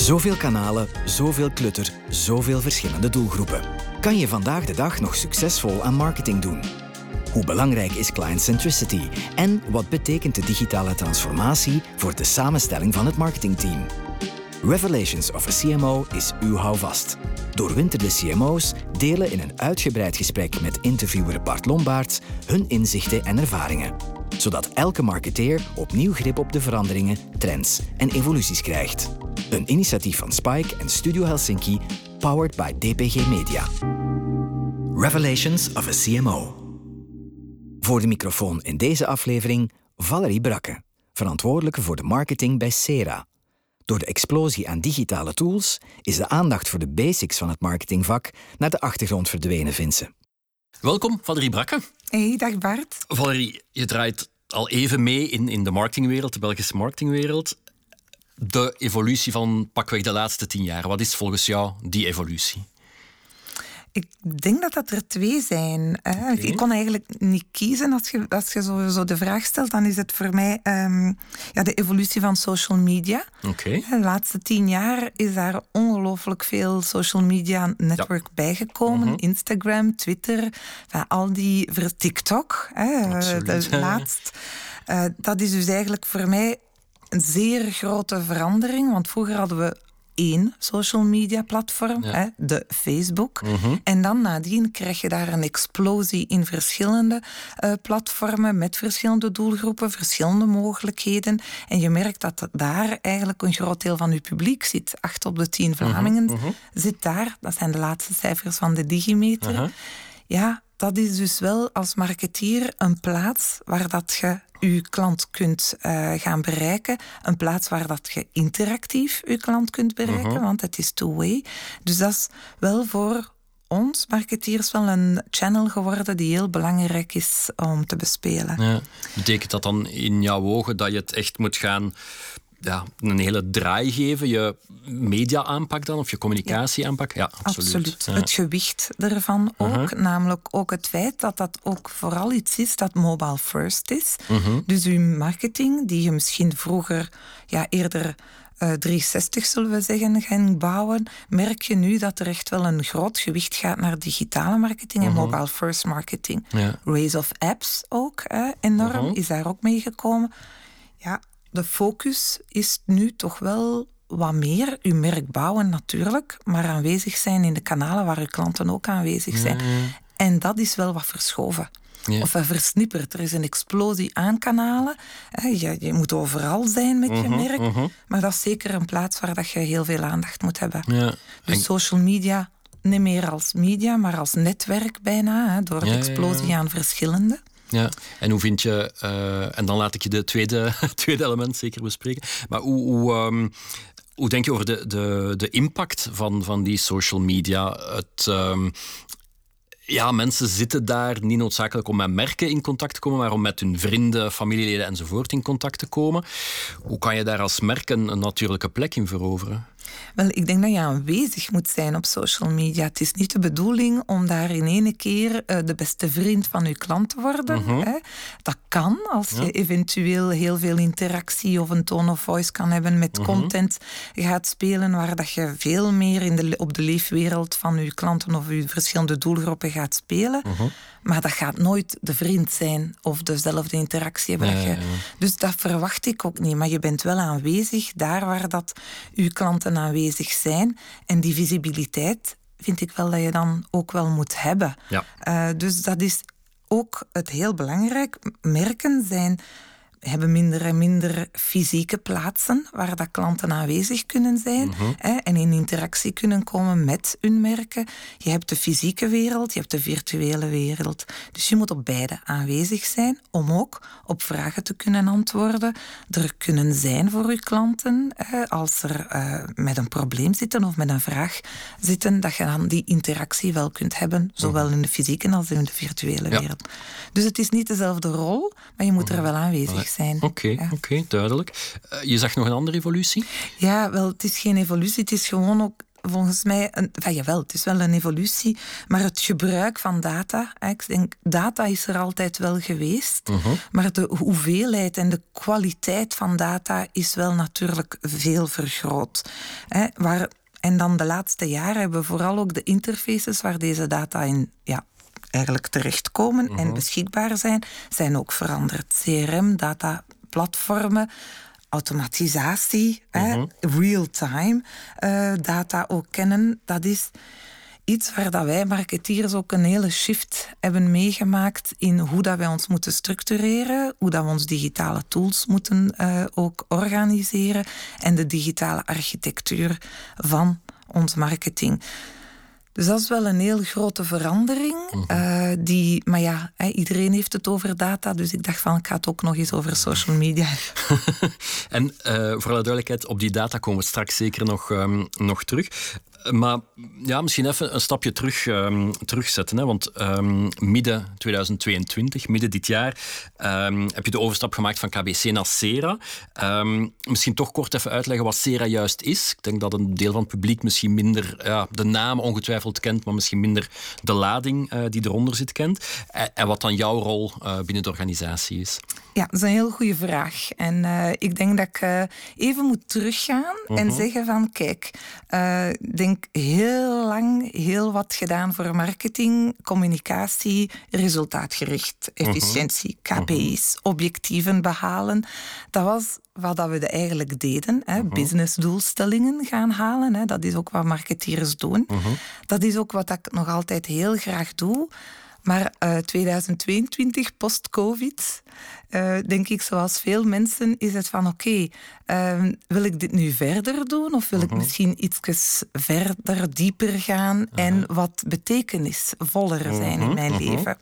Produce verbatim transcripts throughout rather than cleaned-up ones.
Zoveel kanalen, zoveel klutter, zoveel verschillende doelgroepen. Kan je vandaag de dag nog succesvol aan marketing doen? Hoe belangrijk is client centricity? En wat betekent de digitale transformatie voor de samenstelling van het marketingteam? Revelations of a C M O is uw houvast. Doorwinterde C M O's delen in een uitgebreid gesprek met interviewer Bart Lombaerts hun inzichten en ervaringen. Zodat elke marketeer opnieuw grip op de veranderingen, trends en evoluties krijgt. Een initiatief van Spike en Studio Helsinki, powered by D P G Media. Revelations of a C M O. Voor de microfoon in deze aflevering Valerie Brakke, verantwoordelijke voor de marketing bij Cera. Door de explosie aan digitale tools is de aandacht voor de basics van het marketingvak naar de achtergrond verdwenen, vindt ze. Welkom, Valerie Brakke. Hey, dag Bart. Valerie, je draait al even mee in, in de marketingwereld, de Belgische marketingwereld. De evolutie van pakweg de laatste tien jaar. Wat is volgens jou die evolutie? Ik denk dat dat er twee zijn. Okay. Ik kon eigenlijk niet kiezen. Als je, als je zo, zo de vraag stelt, dan is het voor mij um, ja, de evolutie van social media. Okay. De laatste tien jaar is daar ongelooflijk veel social media network ja. bijgekomen. Mm-hmm. Instagram, Twitter, enfin, al die... TikTok, hè, de laatst. Uh, dat is dus eigenlijk voor mij een zeer grote verandering. Want vroeger hadden we één social media platform, ja. hè, de Facebook. Mm-hmm. En dan nadien krijg je daar een explosie in verschillende uh, platformen met verschillende doelgroepen, verschillende mogelijkheden. En je merkt dat daar eigenlijk een groot deel van je publiek zit. Acht op de tien Vlamingen mm-hmm. zit daar. Dat zijn de laatste cijfers van de Digimeter. Uh-huh. Ja, dat is dus wel als marketeer een plaats waar dat je je klant kunt uh, gaan bereiken. Een plaats waar dat je interactief je klant kunt bereiken, uh-huh. want het is two-way. Dus dat is wel voor ons marketeers wel een channel geworden die heel belangrijk is om te bespelen. Ja. Betekent dat dan in jouw ogen dat je het echt moet gaan... Ja, een hele draai geven, je media-aanpak dan, of je communicatie-aanpak? Ja, absoluut. absoluut. Ja. Het gewicht ervan ook, uh-huh. namelijk ook het feit dat dat ook vooral iets is dat mobile first is. Uh-huh. Dus uw marketing, die je misschien vroeger ja, eerder uh, driehonderdzestig, zullen we zeggen, ging bouwen, merk je nu dat er echt wel een groot gewicht gaat naar digitale marketing en uh-huh. mobile first marketing. Ja. Race of apps ook, hè, enorm, uh-huh. is daar ook meegekomen. Ja, de focus is nu toch wel wat meer uw merk bouwen natuurlijk, maar aanwezig zijn in de kanalen waar uw klanten ook aanwezig zijn. Ja, ja. En dat is wel wat verschoven. Ja. Of versnipperd. Er is een explosie aan kanalen. Je, je moet overal zijn met uh-huh, je merk. Uh-huh. Maar dat is zeker een plaats waar dat je heel veel aandacht moet hebben. Ja. Dus en... social media, niet meer als media, maar als netwerk bijna, hè, door de ja, explosie ja, ja. aan verschillende. Ja, en hoe vind je... Uh, en dan laat ik je de tweede, tweede element zeker bespreken. Maar hoe, hoe, um, hoe denk je over de, de, de impact van, van die social media? Het... Um, Ja, mensen zitten daar niet noodzakelijk om met merken in contact te komen, maar om met hun vrienden, familieleden enzovoort in contact te komen. Hoe kan je daar als merk een, een natuurlijke plek in veroveren? Wel, ik denk dat je aanwezig moet zijn op social media. Het is niet de bedoeling om daar in één keer uh, de beste vriend van je klant te worden. Uh-huh. Hè. Dat kan, als ja. je eventueel heel veel interactie of een tone of voice kan hebben met uh-huh. content gaat spelen, waar dat je veel meer in de, op de leefwereld van je klanten of je verschillende doelgroepen gaat spelen. Uh-huh. Maar dat gaat nooit de vriend zijn of dezelfde interactie hebben. Ja, ja, ja. Dus dat verwacht ik ook niet. Maar je bent wel aanwezig daar waar dat je klanten aanwezig zijn. En die visibiliteit vind ik wel dat je dan ook wel moet hebben. Ja. Uh, dus dat is ook het heel belangrijk. Merken zijn... hebben minder en minder fysieke plaatsen waar dat klanten aanwezig kunnen zijn uh-huh. hè, en in interactie kunnen komen met hun merken. Je hebt de fysieke wereld, je hebt de virtuele wereld. Dus je moet op beide aanwezig zijn om ook op vragen te kunnen antwoorden. Er kunnen zijn voor je klanten hè, als er uh, met een probleem zitten of met een vraag zitten, dat je dan die interactie wel kunt hebben, zowel in de fysieke als in de virtuele ja. wereld. Dus het is niet dezelfde rol, maar je moet uh-huh. er wel aanwezig zijn. Oké, okay, ja. okay, duidelijk. Uh, je zag nog een andere evolutie? Ja, wel, het is geen evolutie. Het is gewoon ook volgens mij... Een, enfin, jawel, het is wel een evolutie, maar het gebruik van data... Hè, ik denk, data is er altijd wel geweest, uh-huh. maar de hoeveelheid en de kwaliteit van data is wel natuurlijk veel vergroot. Hè, waar, en dan de laatste jaren hebben we vooral ook de interfaces waar deze data in... Ja, eigenlijk terechtkomen uh-huh. en beschikbaar zijn, zijn ook veranderd. C R M, dataplatformen, automatisatie, uh-huh. real-time uh, data ook kennen. Dat is iets waar dat wij marketeers ook een hele shift hebben meegemaakt in hoe dat wij ons moeten structureren, hoe dat we ons digitale tools moeten uh, ook organiseren en de digitale architectuur van ons marketing. Dus dat is wel een heel grote verandering. Uh, die, maar ja, hè, iedereen heeft het over data, dus ik dacht van, ik ga het ook nog eens over social media. En uh, voor alle duidelijkheid, op die data komen we straks zeker nog, um, nog terug. Maar ja, misschien even een stapje terug, um, terugzetten. Hè? Want um, midden tweeduizend tweeëntwintig, midden dit jaar, um, heb je de overstap gemaakt van K B C naar Cera. Um, misschien toch kort even uitleggen wat Cera juist is. Ik denk dat een deel van het publiek misschien minder ja, de naam ongetwijfeld kent, maar misschien minder de lading uh, die eronder zit kent. En, en wat dan jouw rol uh, binnen de organisatie is. Ja, dat is een heel goede vraag. En uh, ik denk dat ik uh, even moet teruggaan uh-huh. en zeggen van, kijk, uh, ik denk heel lang heel wat gedaan voor marketing, communicatie, resultaatgericht, efficiëntie, K P I's, uh-huh. objectieven behalen. Dat was wat we eigenlijk deden. Hè. Uh-huh. Businessdoelstellingen gaan halen. Hè. Dat is ook wat marketeers doen. Uh-huh. Dat is ook wat ik nog altijd heel graag doe. Maar uh, tweeduizend tweeëntwintig, post-covid, uh, denk ik, zoals veel mensen, is het van oké, okay, uh, wil ik dit nu verder doen of wil uh-huh. ik misschien iets verder, dieper gaan uh-huh. en wat betekenisvoller zijn uh-huh. in mijn uh-huh. leven.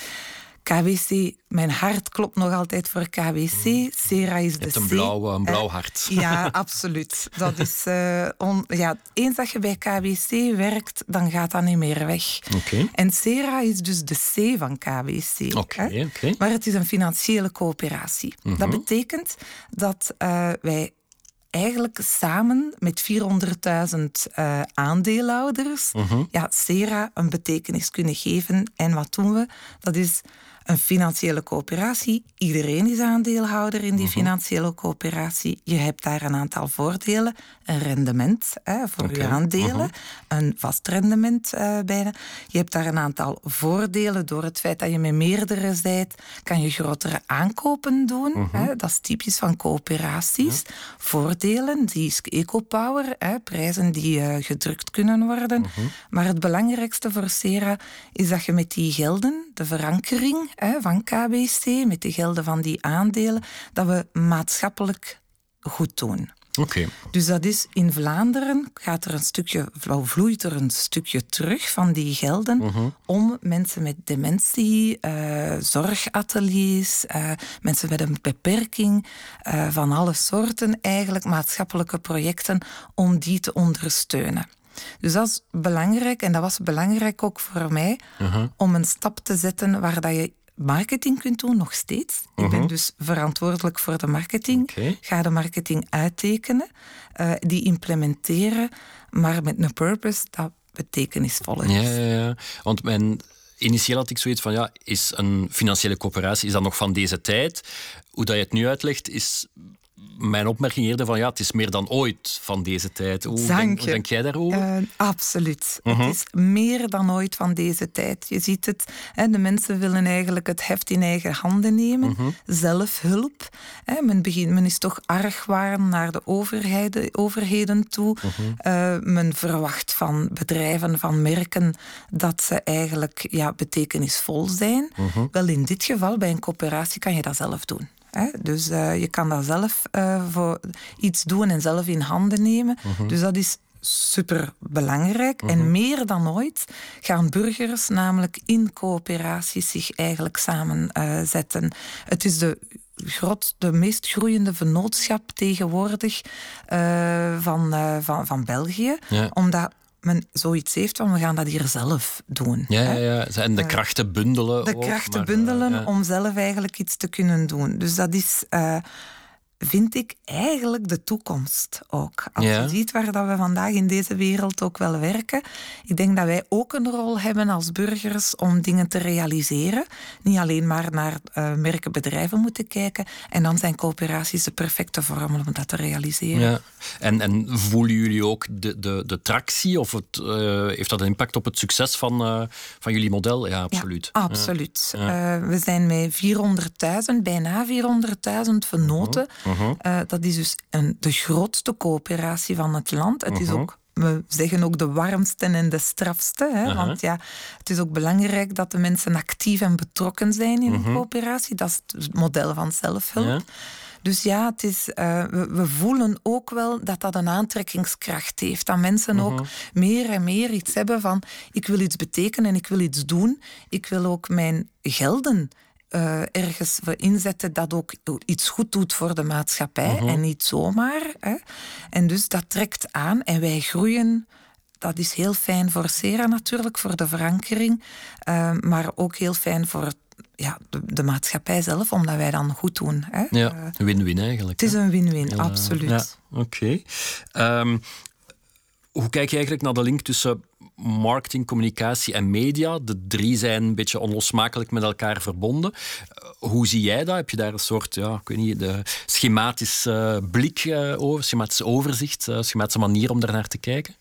K B C, mijn hart klopt nog altijd voor K B C. Cera is de C. Je hebt een blauw, een blauw hart. Uh, ja, absoluut. Dat is, uh, on, ja, eens dat je bij K B C werkt, dan gaat dat niet meer weg. Okay. En Cera is dus de C van K B C. Okay, okay. Maar het is een financiële coöperatie. Uh-huh. Dat betekent dat uh, wij eigenlijk samen met vierhonderdduizend uh, aandeelhouders uh-huh. ja, Cera een betekenis kunnen geven. En wat doen we? Dat is een financiële coöperatie. Iedereen is aandeelhouder in die uh-huh. financiële coöperatie. Je hebt daar een aantal voordelen. Een rendement hè, voor okay. je aandelen. Uh-huh. Een vast rendement uh, bijna. Je hebt daar een aantal voordelen. Door het feit dat je met meerdere bent, kan je grotere aankopen doen. Uh-huh. Hè. Dat is typisch van coöperaties. Uh-huh. Voordelen, die is ecopower. Hè, prijzen die uh, gedrukt kunnen worden. Uh-huh. Maar het belangrijkste voor Cera is dat je met die gelden, de verankering hè, van K B C, met de gelden van die aandelen, dat we maatschappelijk goed doen. Okay. Dus dat is in Vlaanderen, gaat er een stukje, vloeit er een stukje terug van die gelden uh-huh. om mensen met dementie, uh, zorgateliers, uh, mensen met een beperking, uh, van alle soorten eigenlijk, maatschappelijke projecten, om die te ondersteunen. Dus dat is belangrijk en dat was belangrijk ook voor mij uh-huh. om een stap te zetten waar dat je marketing kunt doen, nog steeds. Uh-huh. Ik ben dus verantwoordelijk voor de marketing. Okay. Ga de marketing uittekenen, uh, die implementeren, maar met een purpose dat betekenisvol is. Ja, ja, ja. Want mijn... Initieel had ik zoiets van, ja, is een financiële coöperatie, is dat nog van deze tijd? Hoe dat je het nu uitlegt, is... Mijn opmerking eerder van, ja, het is meer dan ooit van deze tijd. Hoe, denk, hoe denk jij daarover? Uh, absoluut. Uh-huh. Het is meer dan ooit van deze tijd. Je ziet het, hè, de mensen willen eigenlijk het heft in eigen handen nemen. Uh-huh. Zelfhulp. Hè, men, begint, men is toch argwaan naar de overheden, overheden toe. Uh-huh. Uh, men verwacht van bedrijven, van merken, dat ze eigenlijk ja, betekenisvol zijn. Uh-huh. Wel, in dit geval, bij een coöperatie, kan je dat zelf doen. He, dus uh, je kan dat zelf uh, voor iets doen en zelf in handen nemen. Uh-huh. Dus dat is super belangrijk. Uh-huh. En meer dan ooit gaan burgers namelijk in coöperaties zich eigenlijk samenzetten. Uh, het is de, groot, de meest groeiende vennootschap tegenwoordig uh, van, uh, van, van België. Ja. Omdat men zoiets heeft van, we gaan dat hier zelf doen. Ja, ja, ja. En de krachten bundelen. De ook, krachten maar, bundelen uh, ja. om zelf eigenlijk iets te kunnen doen. Dus dat is uh, vind ik eigenlijk de toekomst ook. Als Ja. je ziet waar dat we vandaag in deze wereld ook wel werken. Ik denk dat wij ook een rol hebben als burgers om dingen te realiseren. Niet alleen maar naar uh, merken bedrijven moeten kijken. En dan zijn coöperaties de perfecte vorm om dat te realiseren. Ja. En, en voelen jullie ook de, de, de tractie? Of het, uh, heeft dat een impact op het succes van, uh, van jullie model? Ja, absoluut. Ja, absoluut. Ja. Uh, we zijn met vierhonderdduizend, bijna vierhonderdduizend vernoten. Uh-huh. Uh, dat is dus een, de grootste coöperatie van het land. Het uh-huh. is ook, we zeggen ook de warmste en de strafste. Hè? Uh-huh. Want ja, het is ook belangrijk dat de mensen actief en betrokken zijn in uh-huh. een coöperatie. Dat is het model van zelfhulp. Ja. Dus ja, het is, uh, we, we voelen ook wel dat dat een aantrekkingskracht heeft. Dat mensen uh-huh. ook meer en meer iets hebben van ik wil iets betekenen en ik wil iets doen. Ik wil ook mijn gelden Uh, ergens inzetten dat ook iets goed doet voor de maatschappij uh-huh. en niet zomaar. Hè. En dus dat trekt aan en wij groeien. Dat is heel fijn voor Cera natuurlijk, voor de verankering. Uh, maar ook heel fijn voor het, ja, de, de maatschappij zelf, omdat wij dan goed doen. Hè. Ja, een win-win eigenlijk. Het is een win-win, heel, absoluut. Ja, Oké. Okay. Um, hoe kijk je eigenlijk naar de link tussen marketing, communicatie en media? De drie zijn een beetje onlosmakelijk met elkaar verbonden. Uh, hoe zie jij dat? Heb je daar een soort, ja, ik weet niet, de schematisch uh, blik uh, over, schematisch overzicht, uh, schematische manier om daar naar te kijken?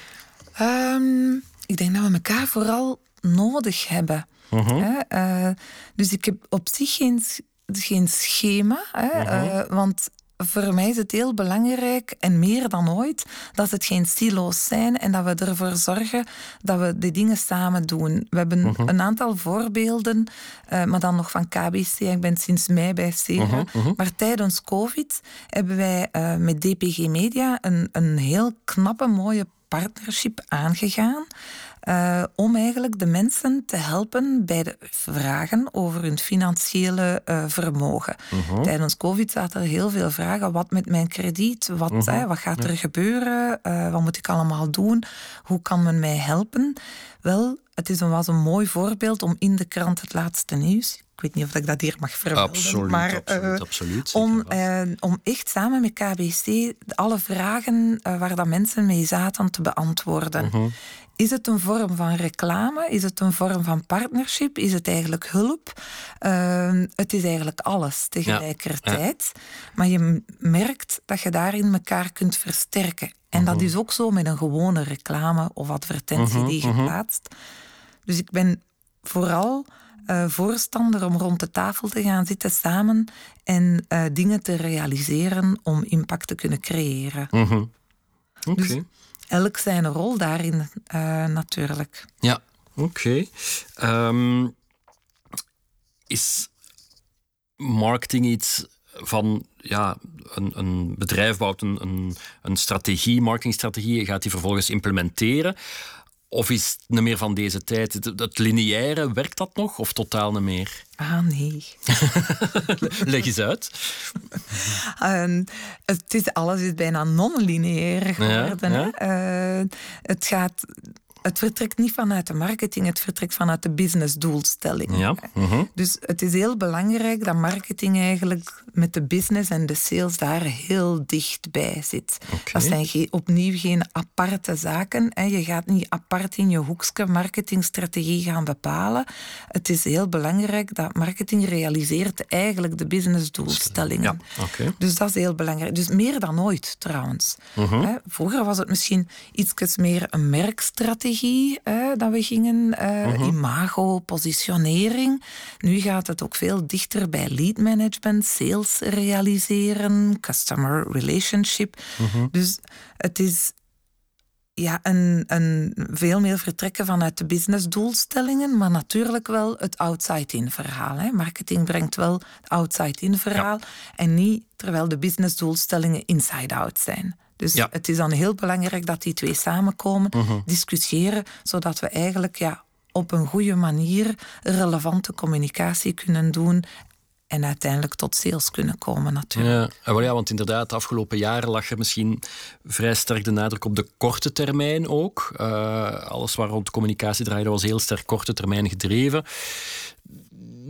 Um, ik denk dat we elkaar vooral nodig hebben. Uh-huh. Hè? Uh, dus ik heb op zich geen, geen schema, hè? Uh-huh. uh, want voor mij is het heel belangrijk, en meer dan ooit, dat het geen silo's zijn en dat we ervoor zorgen dat we de dingen samen doen. We hebben uh-huh. een aantal voorbeelden, uh, maar dan nog van K B C. Ik ben sinds mei bij Cera. Uh-huh. Uh-huh. Maar tijdens COVID hebben wij uh, met D P G Media een, een heel knappe, mooie partnership aangegaan. Uh, om eigenlijk de mensen te helpen bij de vragen over hun financiële uh, vermogen. Uh-huh. Tijdens COVID zaten er heel veel vragen. Wat met mijn krediet? Wat, uh-huh. hè, wat gaat er ja. gebeuren? Uh, wat moet ik allemaal doen? Hoe kan men mij helpen? Wel, het is een, was een mooi voorbeeld om in de krant het laatste nieuws... Ik weet niet of ik dat hier mag vermelden. Absoluut, maar, absoluut, uh, absoluut. Om, uh, om echt samen met K B C alle vragen uh, waar dat mensen mee zaten te beantwoorden. Uh-huh. Is het een vorm van reclame? Is het een vorm van partnership? Is het eigenlijk hulp? Uh, het is eigenlijk alles tegelijkertijd. Ja. Ja. Maar je merkt dat je daarin elkaar kunt versterken. En uh-huh. dat is ook zo met een gewone reclame of advertentie uh-huh. die je uh-huh. plaatst. Dus ik ben vooral... Uh, voorstander om rond de tafel te gaan zitten samen en uh, dingen te realiseren om impact te kunnen creëren. Mm-hmm. Okay. Dus elk zijn rol daarin uh, natuurlijk. Ja, oké. Okay. Um, is marketing iets van... Ja, een, een bedrijf bouwt een, een, een strategie, marketingstrategie, gaat die vervolgens implementeren... Of is het niet meer van deze tijd? Het, het lineaire, werkt dat nog? Of totaal niet meer? Ah, nee. Leg eens uit. um, het is, alles is bijna non-lineair geworden. Ja, ja. Uh, het gaat... Het vertrekt niet vanuit de marketing, het vertrekt vanuit de businessdoelstelling. Ja. Uh-huh. Dus het is heel belangrijk dat marketing eigenlijk met de business en de sales daar heel dichtbij zit. Okay. Dat zijn ge- opnieuw geen aparte zaken. Hè. Je gaat niet apart in je hoekje marketingstrategie gaan bepalen. Het is heel belangrijk dat marketing realiseert eigenlijk de businessdoelstellingen. Ja. Okay. Dus dat is heel belangrijk. Dus meer dan ooit trouwens. Uh-huh. Hè. Vroeger was het misschien iets meer een merkstrategie. Uh, dat we gingen, uh, uh-huh. imago, positionering. Nu gaat het ook veel dichter bij lead management, sales realiseren, customer relationship. Uh-huh. Dus het is ja, een, een veel meer vertrekken vanuit de businessdoelstellingen, maar natuurlijk wel het outside-in verhaal. Hè. Marketing brengt wel het outside-in verhaal ja. en niet terwijl de businessdoelstellingen inside-out zijn. Dus ja. het is dan heel belangrijk dat die twee samenkomen, uh-huh. discussiëren, zodat we eigenlijk ja, op een goede manier relevante communicatie kunnen doen en uiteindelijk tot sales kunnen komen natuurlijk. Ja, ja, want inderdaad, de afgelopen jaren lag er misschien vrij sterk de nadruk op de korte termijn ook. Uh, alles waar rond communicatie draaide was heel sterk korte termijn gedreven.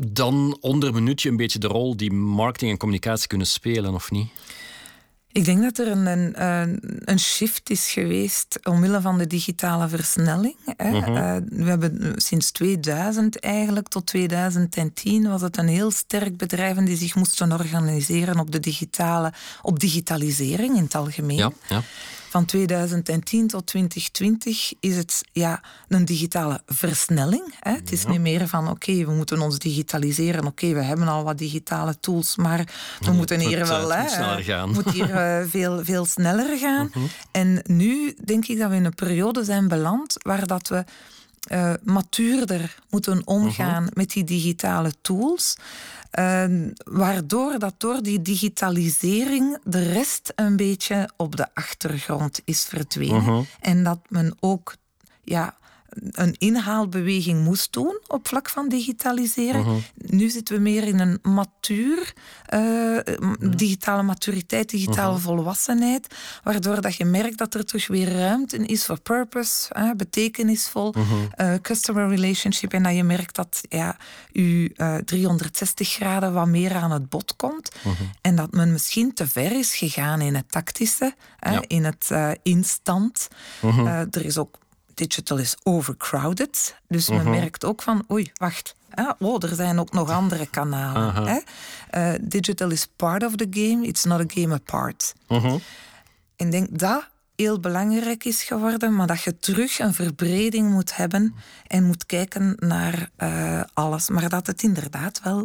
dan onder een minuutje een beetje de rol die marketing en communicatie kunnen spelen, of niet? Ik denk dat er een, een, een shift is geweest omwille van de digitale versnelling. Hè. Uh-huh. Uh, we hebben sinds tweeduizend eigenlijk tot tweeduizend tien was het een heel sterk bedrijf die zich moesten organiseren op de digitale, op digitalisering in het algemeen. Ja, ja. Van tweeduizend tien tot twintig twintig is het ja, een digitale versnelling. Hè. Het is ja. niet meer van, oké, okay, we moeten ons digitaliseren. Oké, okay, we hebben al wat digitale tools, maar we ja, moeten hier moet, wel... Uh, hè, sneller gaan. moet hier uh, veel, veel sneller gaan. Uh-huh. En nu denk ik dat we in een periode zijn beland waar dat we uh, matuurder moeten omgaan uh-huh. met die digitale tools. Uh, waardoor dat door die digitalisering de rest een beetje op de achtergrond is verdwenen. Uh-huh. En dat men ook ja, een inhaalbeweging moest doen op vlak van digitaliseren. Uh-huh. Nu zitten we meer in een matuur, uh, digitale maturiteit, digitale uh-huh. volwassenheid, waardoor dat je merkt dat er terug weer ruimte is voor purpose, uh, betekenisvol, uh-huh. uh, customer relationship, en dat je merkt dat ja, je uh, driehonderdzestig graden wat meer aan het bod komt uh-huh. en dat men misschien te ver is gegaan in het tactische, uh, ja. in het uh, instant. Uh-huh. Uh, er is ook Digital is overcrowded. Dus uh-huh. men merkt ook van, oei, wacht. Ah, oh, er zijn ook nog andere kanalen. Uh-huh. Hè? Uh, digital is part of the game. It's not a game apart. Uh-huh. Ik denk dat heel belangrijk is geworden, maar dat je terug een verbreding moet hebben en moet kijken naar uh, alles. Maar dat het inderdaad wel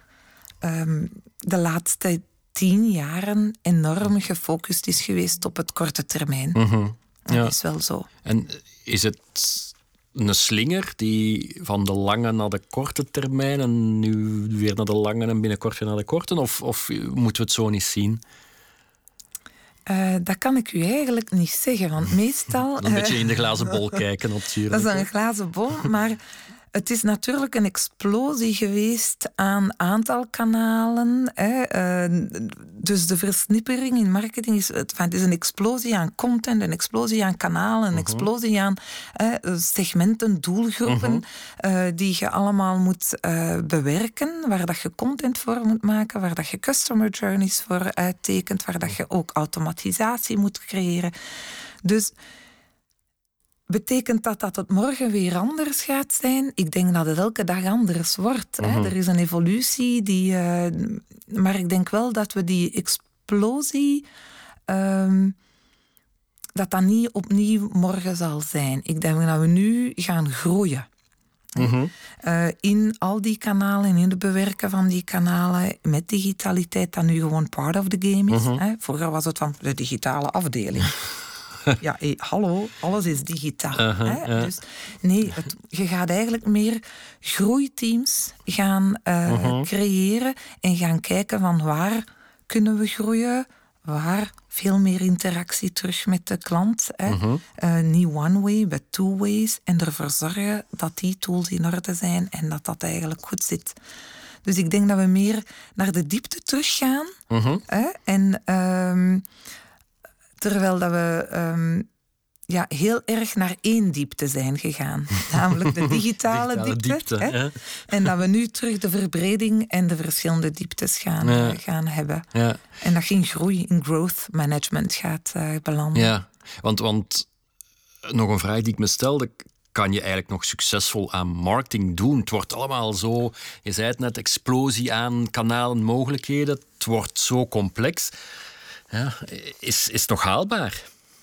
um, de laatste tien jaren enorm gefocust is geweest op het korte termijn. Uh-huh. Dat ja. is wel zo. En is het een slinger die van de lange naar de korte termijn en nu weer naar de lange en binnenkort weer naar de korte? Of, of moeten we het zo niet zien? Uh, dat kan ik u eigenlijk niet zeggen, want meestal... Een beetje in de glazen bol kijken natuurlijk. Dat is een glazen bol, maar... Het is natuurlijk een explosie geweest aan aantal kanalen. Hè. Uh, dus de versnippering in marketing is... Het is een explosie aan content, een explosie aan kanalen, een uh-huh. explosie aan uh, segmenten, doelgroepen, uh-huh. uh, die je allemaal moet uh, bewerken, waar dat je content voor moet maken, waar dat je customer journeys voor uittekent, waar dat je ook automatisatie moet creëren. Dus... Betekent dat dat het morgen weer anders gaat zijn? Ik denk dat het elke dag anders wordt. Uh-huh. Hè? Er is een evolutie, die, uh, maar ik denk wel dat we die explosie... Um, dat dat niet opnieuw morgen zal zijn. Ik denk dat we nu gaan groeien. Uh-huh. Uh, in al die kanalen, in het bewerken van die kanalen, met digitaliteit, dat nu gewoon part of the game is. Uh-huh. Hè? Vroeger was het van de digitale afdeling. Ja, hey, hallo, alles is digitaal. Uh-huh, hè? Ja. Dus nee, het, je gaat eigenlijk meer groeiteams gaan uh, uh-huh. creëren en gaan kijken van waar kunnen we groeien, waar veel meer interactie terug met de klant. Hè? Uh-huh. Uh, niet one way, but two ways. En ervoor zorgen dat die tools in orde zijn en dat dat eigenlijk goed zit. Dus ik denk dat we meer naar de diepte teruggaan. Uh-huh. Hè? En... Um, Terwijl dat we um, ja, heel erg naar één diepte zijn gegaan. Namelijk de digitale, digitale diepte. diepte hè? Ja. En dat we nu terug de verbreding en de verschillende dieptes gaan, ja. uh, gaan hebben. Ja. En dat geen groei in growth management gaat uh, belanden. Ja, want, want nog een vraag die ik me stelde... Kan je eigenlijk nog succesvol aan marketing doen? Het wordt allemaal zo... Je zei het net, explosie aan kanalen, mogelijkheden. Het wordt zo complex... Ja, is, is het nog haalbaar?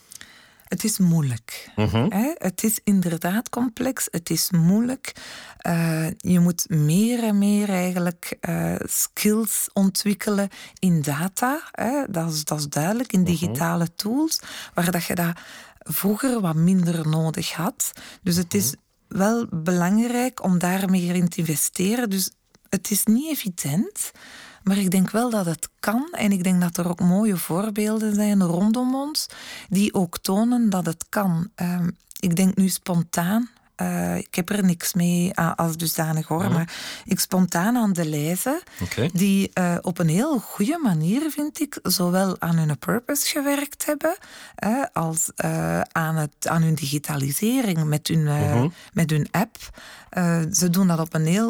Het is moeilijk. Uh-huh. Hè? Het is inderdaad complex. Het is moeilijk. Uh, je moet meer en meer eigenlijk uh, skills ontwikkelen in data. Hè? Dat is, dat is duidelijk. In digitale uh-huh. tools. Waar dat je dat vroeger wat minder nodig had. Dus het is wel belangrijk om daar meer in te investeren. Dus het is niet evident... Maar ik denk wel dat het kan. En ik denk dat er ook mooie voorbeelden zijn rondom ons. Die ook tonen dat het kan. Uh, ik denk nu spontaan. Uh, ik heb er niks mee als dusdanig hoor. Uh-huh. Maar ik spontaan aan Deleuze. Okay. Die uh, op een heel goede manier, vind ik, zowel aan hun purpose gewerkt hebben. Uh, als uh, aan, het, aan hun digitalisering met hun, uh, uh-huh. met hun app. Uh, ze doen dat op een heel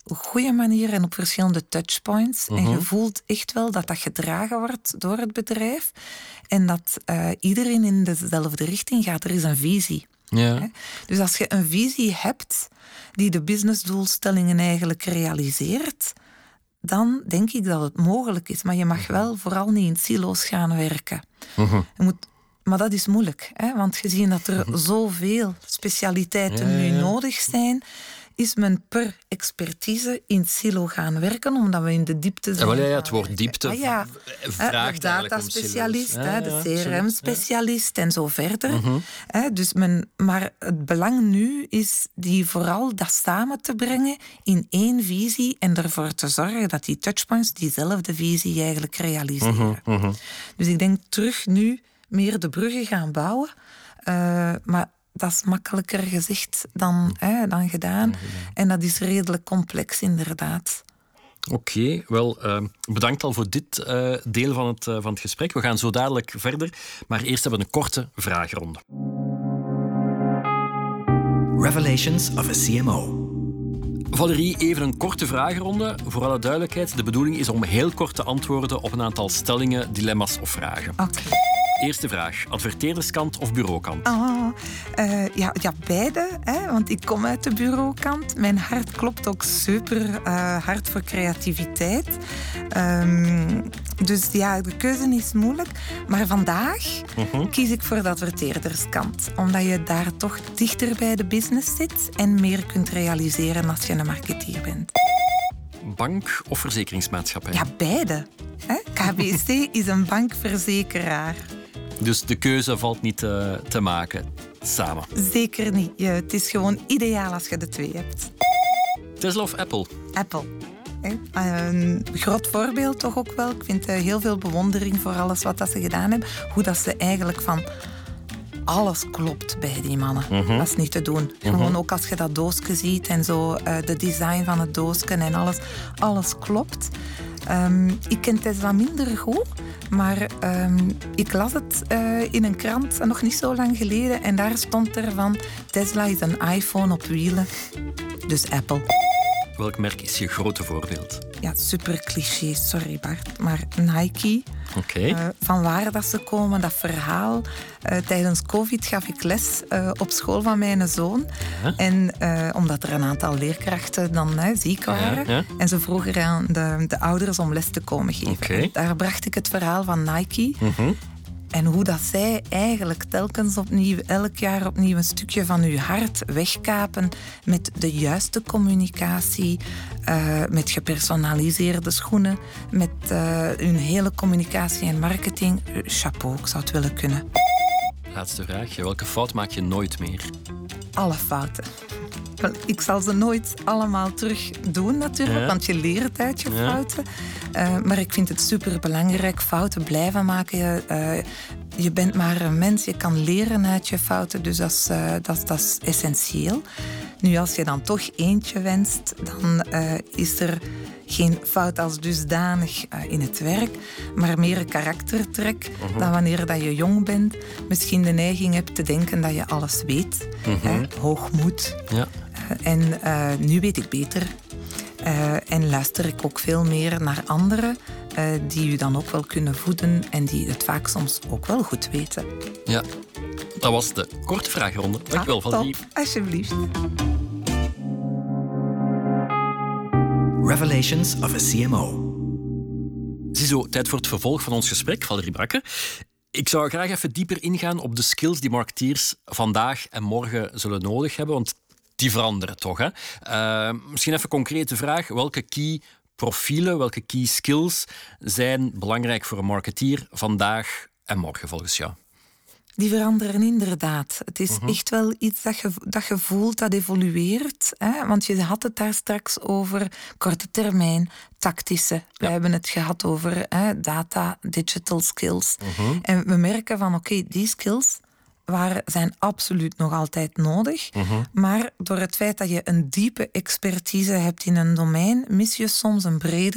goede manier en op verschillende touchpoints. Mm-hmm. En je voelt echt wel dat dat gedragen wordt door het bedrijf. En dat uh, iedereen in dezelfde richting gaat. Er is een visie. Ja. Dus als je een visie hebt die de businessdoelstellingen eigenlijk realiseert, dan denk ik dat het mogelijk is. Maar je mag wel vooral niet in silo's gaan werken. Mm-hmm. Je moet, maar dat is moeilijk, hè? Want gezien dat er mm-hmm. zoveel specialiteiten ja, ja, ja. nu nodig zijn, is men per expertise in silo gaan werken, omdat we in de diepte zijn. Ja, ja, ja, het woord diepte ah, ja. vraagt de dataspecialist, ja, ja, de C R M-specialist ja. en zo verder. Mm-hmm. Dus men, maar het belang nu is die vooral dat samen te brengen in één visie en ervoor te zorgen dat die touchpoints diezelfde visie eigenlijk realiseren. Mm-hmm. Mm-hmm. Dus ik denk terug nu meer de bruggen gaan bouwen, uh, maar dat is makkelijker gezegd dan, hè, dan gedaan. En dat is redelijk complex, inderdaad. Oké, okay, wel, uh, bedankt al voor dit uh, deel van het, uh, van het gesprek. We gaan zo dadelijk verder, maar eerst hebben we een korte vragenronde. Revelations of a C M O. Valerie, even een korte vragenronde. Voor alle duidelijkheid, de bedoeling is om heel kort te antwoorden op een aantal stellingen, dilemma's of vragen. Oké. Okay. Eerste vraag. Adverteerderskant of bureaukant? Oh, uh, ja, ja, beide. Hè, want ik kom uit de bureaukant. Mijn hart klopt ook super uh, hard voor creativiteit. Um, dus ja, de keuze is moeilijk. Maar vandaag uh-huh. kies ik voor de adverteerderskant. Omdat je daar toch dichter bij de business zit en meer kunt realiseren als je een marketeer bent. Bank of verzekeringsmaatschappij? Ja, beide. Hè? K B C is een bankverzekeraar. Dus de keuze valt niet uh, te maken samen? Zeker niet. Ja, het is gewoon ideaal als je de twee hebt. Tesla of Apple? Apple. Een groot voorbeeld toch ook wel. Ik vind heel veel bewondering voor alles wat dat ze gedaan hebben. Hoe dat ze eigenlijk van alles klopt bij die mannen. Uh-huh. Dat is niet te doen. Uh-huh. Gewoon ook als je dat doosje ziet en zo, uh, de design van het doosje en alles. Alles klopt. Um, ik ken Tesla minder goed, maar um, ik las het uh, in een krant nog niet zo lang geleden en daar stond er van Tesla is een iPhone op wielen, dus Apple. Welk merk is je grote voorbeeld? Ja, super cliché, sorry Bart, maar Nike. Oké. Okay. Uh, van waar dat ze komen, dat verhaal. Uh, tijdens COVID gaf ik les uh, op school van mijn zoon. Ja. En uh, omdat er een aantal leerkrachten dan uh, ziek waren. Ja, ja. En ze vroegen aan de, de ouders om les te komen geven. Okay. Daar bracht ik het verhaal van Nike. Mm-hmm. En hoe dat zij eigenlijk telkens opnieuw, elk jaar opnieuw een stukje van uw hart wegkapen met de juiste communicatie, uh, met gepersonaliseerde schoenen, met uh, hun hele communicatie en marketing. Chapeau, ik zou het willen kunnen. Laatste vraag. Welke fout maak je nooit meer? Alle fouten. Ik zal ze nooit allemaal terug doen natuurlijk, ja. want je leert uit je ja. fouten. Uh, maar ik vind het superbelangrijk, fouten blijven maken. Uh, je bent maar een mens, je kan leren uit je fouten, dus dat is, uh, dat, dat is essentieel. Nu, als je dan toch eentje wenst, dan uh, is er geen fout als dusdanig uh, in het werk, maar meer een karaktertrek uh-huh. dan wanneer dat je jong bent. Misschien de neiging hebt te denken dat je alles weet. Uh-huh. Hè, hoogmoed. Ja. Uh, en uh, nu weet ik beter. Uh, en luister ik ook veel meer naar anderen uh, die u dan ook wel kunnen voeden en die het vaak soms ook wel goed weten. Ja, dat was de korte vragenronde. Dank je wel, Valerie. Top, alsjeblieft. Revelations of a C M O. Ziezo, tijd voor het vervolg van ons gesprek, Valerie Brakke. Ik zou graag even dieper ingaan op de skills die marketeers vandaag en morgen zullen nodig hebben, want die veranderen toch. Hè? Uh, misschien even een concrete vraag. Welke key profielen, welke key skills zijn belangrijk voor een marketeer vandaag en morgen volgens jou? Die veranderen inderdaad. Het is uh-huh. echt wel iets dat je, dat je voelt, dat evolueert. Hè? Want je had het daar straks over korte termijn, tactische. Ja. We hebben het gehad over hè, data, digital skills. Uh-huh. En we merken van, oké, okay, die skills waren, zijn absoluut nog altijd nodig. Uh-huh. Maar door het feit dat je een diepe expertise hebt in een domein, mis je soms een bredere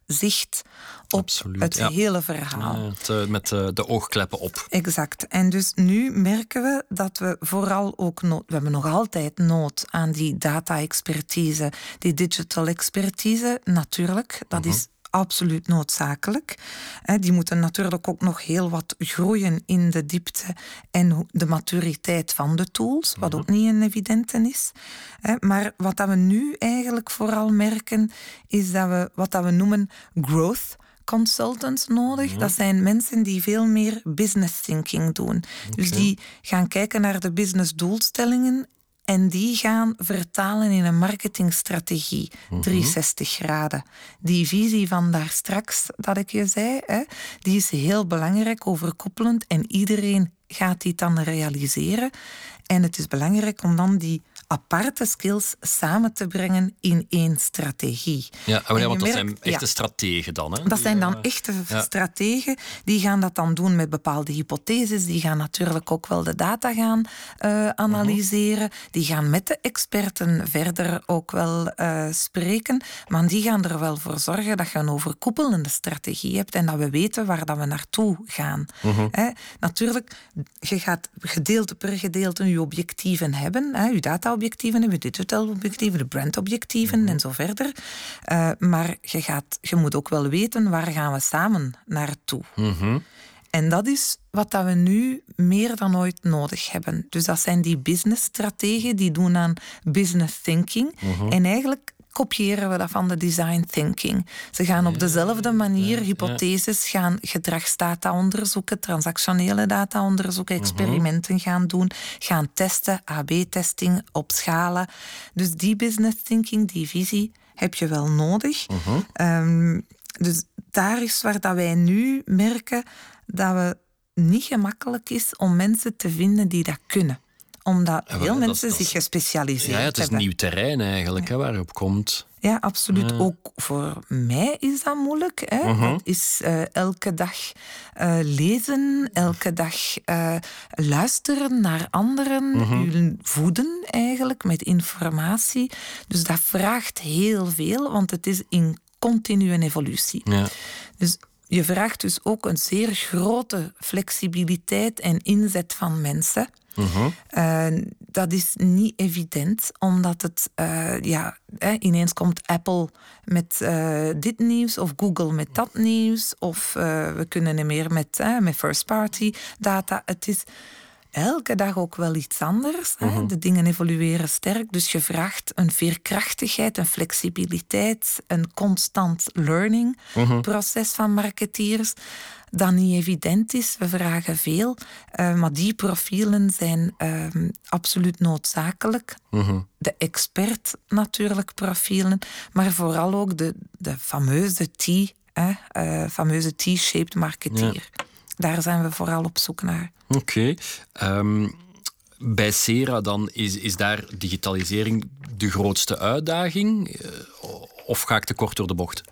zicht op Absoluut, het ja. hele verhaal. Ja, het, uh, met uh, de oogkleppen op. Exact. En dus nu merken we dat we vooral ook nood... We hebben nog altijd nood aan die data-expertise, die digital expertise. Natuurlijk, dat uh-huh. is absoluut noodzakelijk. Die moeten natuurlijk ook nog heel wat groeien in de diepte en de maturiteit van de tools, wat ook niet een evidente is. Maar wat we nu eigenlijk vooral merken, is dat we wat we noemen growth consultants nodig. Ja. Dat zijn mensen die veel meer business thinking doen. Okay. Dus die gaan kijken naar de business doelstellingen en die gaan vertalen in een marketingstrategie, uh-huh. driehonderdzestig graden. Die visie van daar straks, dat ik je zei, hè, die is heel belangrijk, overkoepelend. En iedereen gaat die dan realiseren. En het is belangrijk om dan die aparte skills samen te brengen in één strategie. Ja, maar ja, want dat merkt, zijn echte ja, strategen dan. Hè? Dat die, zijn dan echte ja. strategen. Die gaan dat dan doen met bepaalde hypotheses. Die gaan natuurlijk ook wel de data gaan uh, analyseren. Uh-huh. Die gaan met de experten verder ook wel uh, spreken. Maar die gaan er wel voor zorgen dat je een overkoepelende strategie hebt en dat we weten waar dat we naartoe gaan. Uh-huh. He, natuurlijk, je gaat gedeelte per gedeelte je objectieven hebben. Hè, je data-objectieven hebben, je digital-objectieven, de brand-objectieven mm-hmm. en zo verder. Uh, maar je, gaat, je moet ook wel weten waar gaan we samen naartoe. Mm-hmm. En dat is wat dat we nu meer dan ooit nodig hebben. Dus dat zijn die business-strategen die doen aan business thinking. Mm-hmm. En eigenlijk kopiëren we dat van de design thinking. Ze gaan op dezelfde manier hypotheses, gaan gedragsdata onderzoeken, transactionele data onderzoeken, experimenten uh-huh. gaan doen, gaan testen, A B-testing, opschalen. Dus die business thinking, die visie, heb je wel nodig. Uh-huh. Um, dus daar is waar dat wij nu merken dat het niet gemakkelijk is om mensen te vinden die dat kunnen. Omdat ja, veel mensen dat, dat zich gespecialiseerd hebben. Ja, het is hebben. nieuw terrein eigenlijk, ja. hè, waar je op komt. Ja, absoluut. Ja. Ook voor mij is dat moeilijk. Hè. Uh-huh. Dat is uh, elke dag uh, lezen, elke dag uh, luisteren naar anderen, uh-huh. je voeden eigenlijk met informatie. Dus dat vraagt heel veel, want het is in continue evolutie. Ja. Dus je vraagt dus ook een zeer grote flexibiliteit en inzet van mensen. Uh-huh. Uh, dat is niet evident, omdat het uh, ja, eh, ineens komt Apple met uh, dit nieuws of Google met dat nieuws of uh, we kunnen niet meer met, uh, met first party data. Het is elke dag ook wel iets anders. Uh-huh. Hè? De dingen evolueren sterk, dus je vraagt een veerkrachtigheid, een flexibiliteit, een constant learning uh-huh. proces van marketeers dat niet evident is. We vragen veel, uh, maar die profielen zijn uh, absoluut noodzakelijk. Uh-huh. De expert natuurlijk profielen, maar vooral ook de, de fameuze T, uh, uh, fameuze T-shaped marketeer. Ja. Daar zijn we vooral op zoek naar. Oké. Okay. Um, bij Sera dan, is, is daar digitalisering de grootste uitdaging? Uh, of ga ik te kort door de bocht?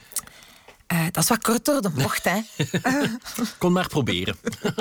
Uh, dat is wat kort door de bocht, hè. Kon maar proberen.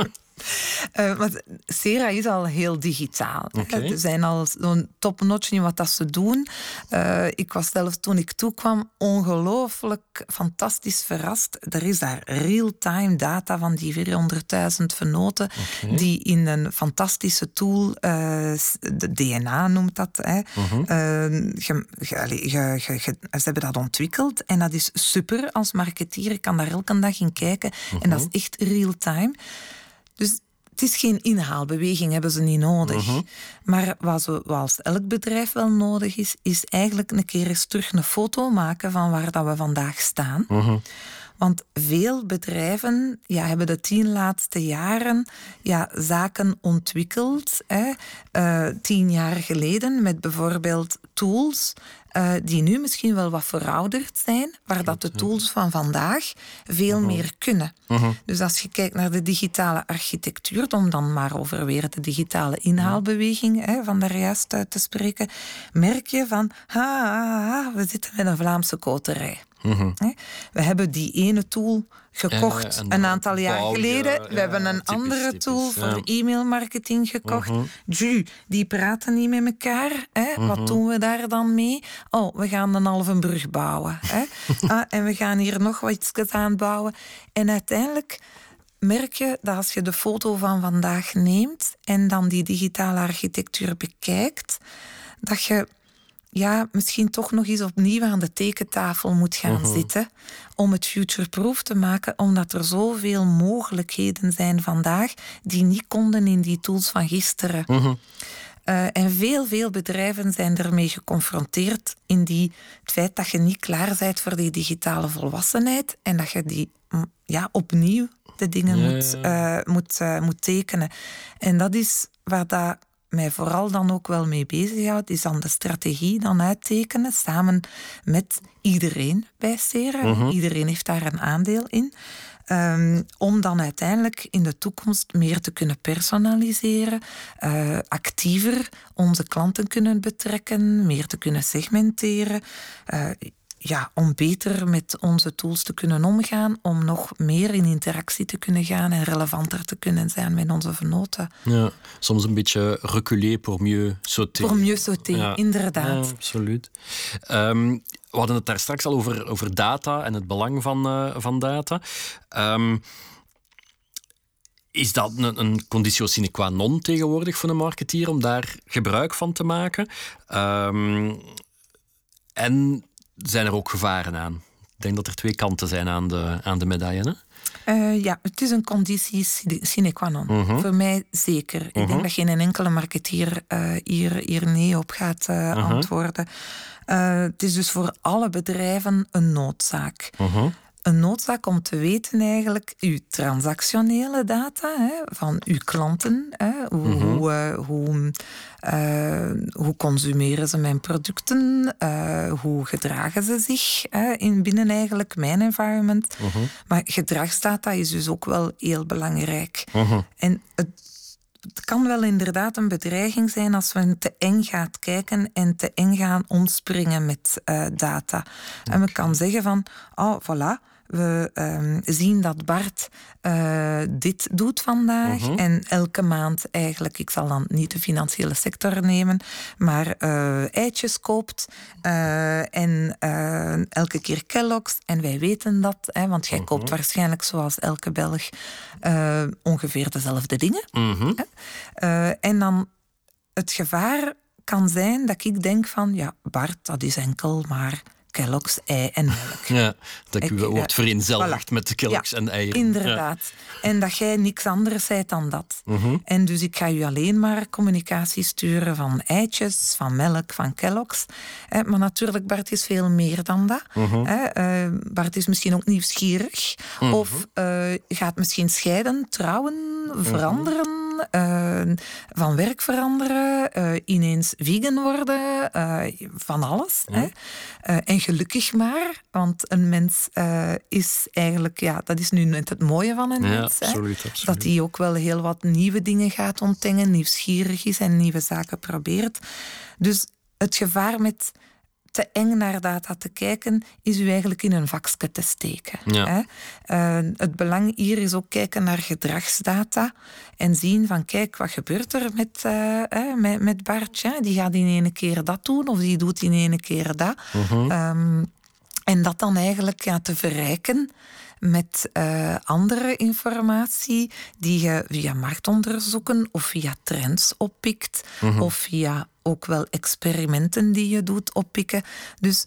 Uh, want Sera is al heel digitaal. Okay. Ze zijn al zo'n top-notch in wat dat ze doen. Uh, ik was zelf toen ik toekwam ongelooflijk fantastisch verrast. Er is daar real-time data van die vierhonderdduizend venoten okay. die in een fantastische tool, uh, de D N A noemt dat, hè, uh-huh. uh, ge, ge, ge, ge, ge, ze hebben dat ontwikkeld en dat is super als marketeer. Ik kan daar elke dag in kijken uh-huh. en dat is echt real-time. Dus het is geen inhaalbeweging, hebben ze niet nodig. Uh-huh. Maar wat zoals elk bedrijf wel nodig is, is eigenlijk een keer eens terug een foto maken van waar dat we vandaag staan. Uh-huh. Want veel bedrijven ja, hebben de tien laatste jaren ja, zaken ontwikkeld. Hè, uh, tien jaar geleden met bijvoorbeeld tools uh, die nu misschien wel wat verouderd zijn, waar dat de tools van vandaag veel uh-huh. meer kunnen. Uh-huh. Dus als je kijkt naar de digitale architectuur, om dan maar over weer de digitale inhaalbeweging hè, van daar juist uit te spreken, merk je van, ha, ha, ha, we zitten met een Vlaamse koterij. Mm-hmm. We hebben die ene tool gekocht uh, een aantal jaar bouw, geleden. Ja, we ja, hebben een typisch, andere typisch, tool ja. voor e-mailmarketing gekocht. Mm-hmm. Ju, die praten niet met elkaar. Hè? Mm-hmm. Wat doen we daar dan mee? Oh, we gaan een halve brug bouwen. Hè? ah, en we gaan hier nog wat iets aan bouwen. En uiteindelijk merk je dat als je de foto van vandaag neemt en dan die digitale architectuur bekijkt, dat je ja, misschien toch nog eens opnieuw aan de tekentafel moet gaan uh-huh. zitten om het future-proof te maken, omdat er zoveel mogelijkheden zijn vandaag die niet konden in die tools van gisteren. Uh-huh. Uh, en veel, veel bedrijven zijn ermee geconfronteerd in die, het feit dat je niet klaar bent voor die digitale volwassenheid en dat je die ja, opnieuw de dingen ja, moet, uh, moet, uh, moet tekenen. En dat is waar dat mij vooral dan ook wel mee bezighoudt, is dan de strategie dan uittekenen, samen met iedereen bij Sera. Uh-huh. Iedereen heeft daar een aandeel in. Um, om dan uiteindelijk in de toekomst meer te kunnen personaliseren, uh, actiever onze klanten kunnen betrekken, meer te kunnen segmenteren, uh, ja, om beter met onze tools te kunnen omgaan, om nog meer in interactie te kunnen gaan en relevanter te kunnen zijn met onze vernoten. Ja, soms een beetje reculer pour mieux sauter. Pour mieux sauter, ja. Inderdaad. Ja, absoluut. Um, we hadden het daar straks al over, over data en het belang van, uh, van data. Um, is dat een, een conditio sine qua non tegenwoordig voor een marketeer om daar gebruik van te maken? Um, en zijn er ook gevaren aan? Ik denk dat er twee kanten zijn aan de, aan de medaille. Hè? Uh, ja, het is een conditie sine qua non. Uh-huh. Voor mij zeker. Uh-huh. Ik denk dat geen enkele marketeer uh, hier, hier nee op gaat uh, uh-huh. antwoorden. Uh, het is dus voor alle bedrijven een noodzaak. Uh-huh. Een noodzaak om te weten eigenlijk uw transactionele data hè, van uw klanten. Hè, hoe, uh-huh. hoe, uh, hoe, uh, hoe consumeren ze mijn producten? Uh, hoe gedragen ze zich hè, in binnen eigenlijk mijn environment? Uh-huh. Maar gedragsdata is dus ook wel heel belangrijk. Uh-huh. En het Het kan wel inderdaad een bedreiging zijn als we te eng gaan kijken en te eng gaan omspringen met uh, data. Okay. En we kan zeggen van, oh, voilà, we um, zien dat Bart uh, dit doet vandaag uh-huh. en elke maand eigenlijk, ik zal dan niet de financiële sector nemen, maar uh, eitjes koopt uh, en uh, elke keer Kellogg's en wij weten dat, hè, want jij uh-huh. koopt waarschijnlijk zoals elke Belg uh, ongeveer dezelfde dingen. Uh-huh. Uh, en dan het gevaar kan zijn dat ik denk van, ja, Bart, dat is enkel maar Kellogg's, ei en melk. Ja, dat ik, u wordt vereenzelvigd voilà. met de Kellogg's ja, en eieren. Inderdaad. Ja. En dat jij niks anders zijt dan dat. Uh-huh. En dus ik ga u alleen maar communicatie sturen van eitjes, van melk, van Kellogg's. Eh, maar natuurlijk, Bart is veel meer dan dat. Uh-huh. Eh, uh, Bart is misschien ook nieuwsgierig. Uh-huh. Of uh, gaat misschien scheiden, trouwen, uh-huh. veranderen. Uh, van werk veranderen, uh, ineens vegan worden, uh, van alles. Ja. Hè? Uh, en gelukkig maar, want een mens uh, is eigenlijk, ja, dat is nu net het mooie van een ja, mens. Absoluut, hè? absoluut. Dat hij ook wel heel wat nieuwe dingen gaat ontdekken, nieuwsgierig is en nieuwe zaken probeert. Dus het gevaar met te eng naar data te kijken, is u eigenlijk in een vakje te steken. Ja. Hè? Uh, het belang hier is ook kijken naar gedragsdata en zien van, kijk, wat gebeurt er met, uh, hè, met, met Bartje? Die gaat in ene keer dat doen of die doet in ene keer dat. Uh-huh. Um, en dat dan eigenlijk ja, te verrijken met uh, andere informatie die je via marktonderzoeken of via trends oppikt, uh-huh. of via ook wel experimenten die je doet oppikken. Dus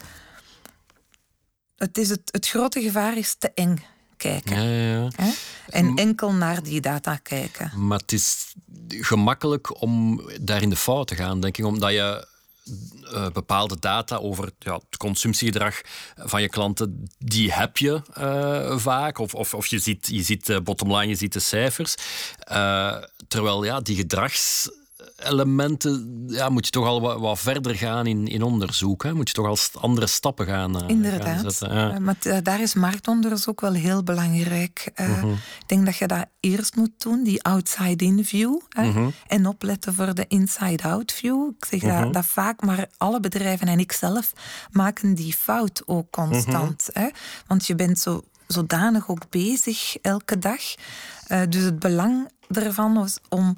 het, is het, het grote gevaar is te eng kijken. Ja, ja, ja. En enkel naar die data kijken. Maar het is gemakkelijk om daar in de fout te gaan, denk ik, omdat je Uh, bepaalde data over ja, het consumptiegedrag van je klanten, die heb je uh, vaak. Of, of, of je ziet, je ziet uh, bottomline, je ziet de cijfers. Uh, terwijl ja, die gedrags... elementen ja, moet je toch al wat, wat verder gaan in, in onderzoek. Hè? Moet je toch al st- andere stappen gaan, uh, Inderdaad. gaan zetten. Ja. Uh, maar t- daar is marktonderzoek wel heel belangrijk. Uh, uh-huh. Ik denk dat je dat eerst moet doen, die outside-in view. Hè? Uh-huh. En opletten voor de inside-out view. Ik zeg uh-huh. dat, dat vaak, maar alle bedrijven en ik zelf maken die fout ook constant. Uh-huh. Hè? Want je bent zo, zodanig ook bezig elke dag. Uh, dus het belang ervan was om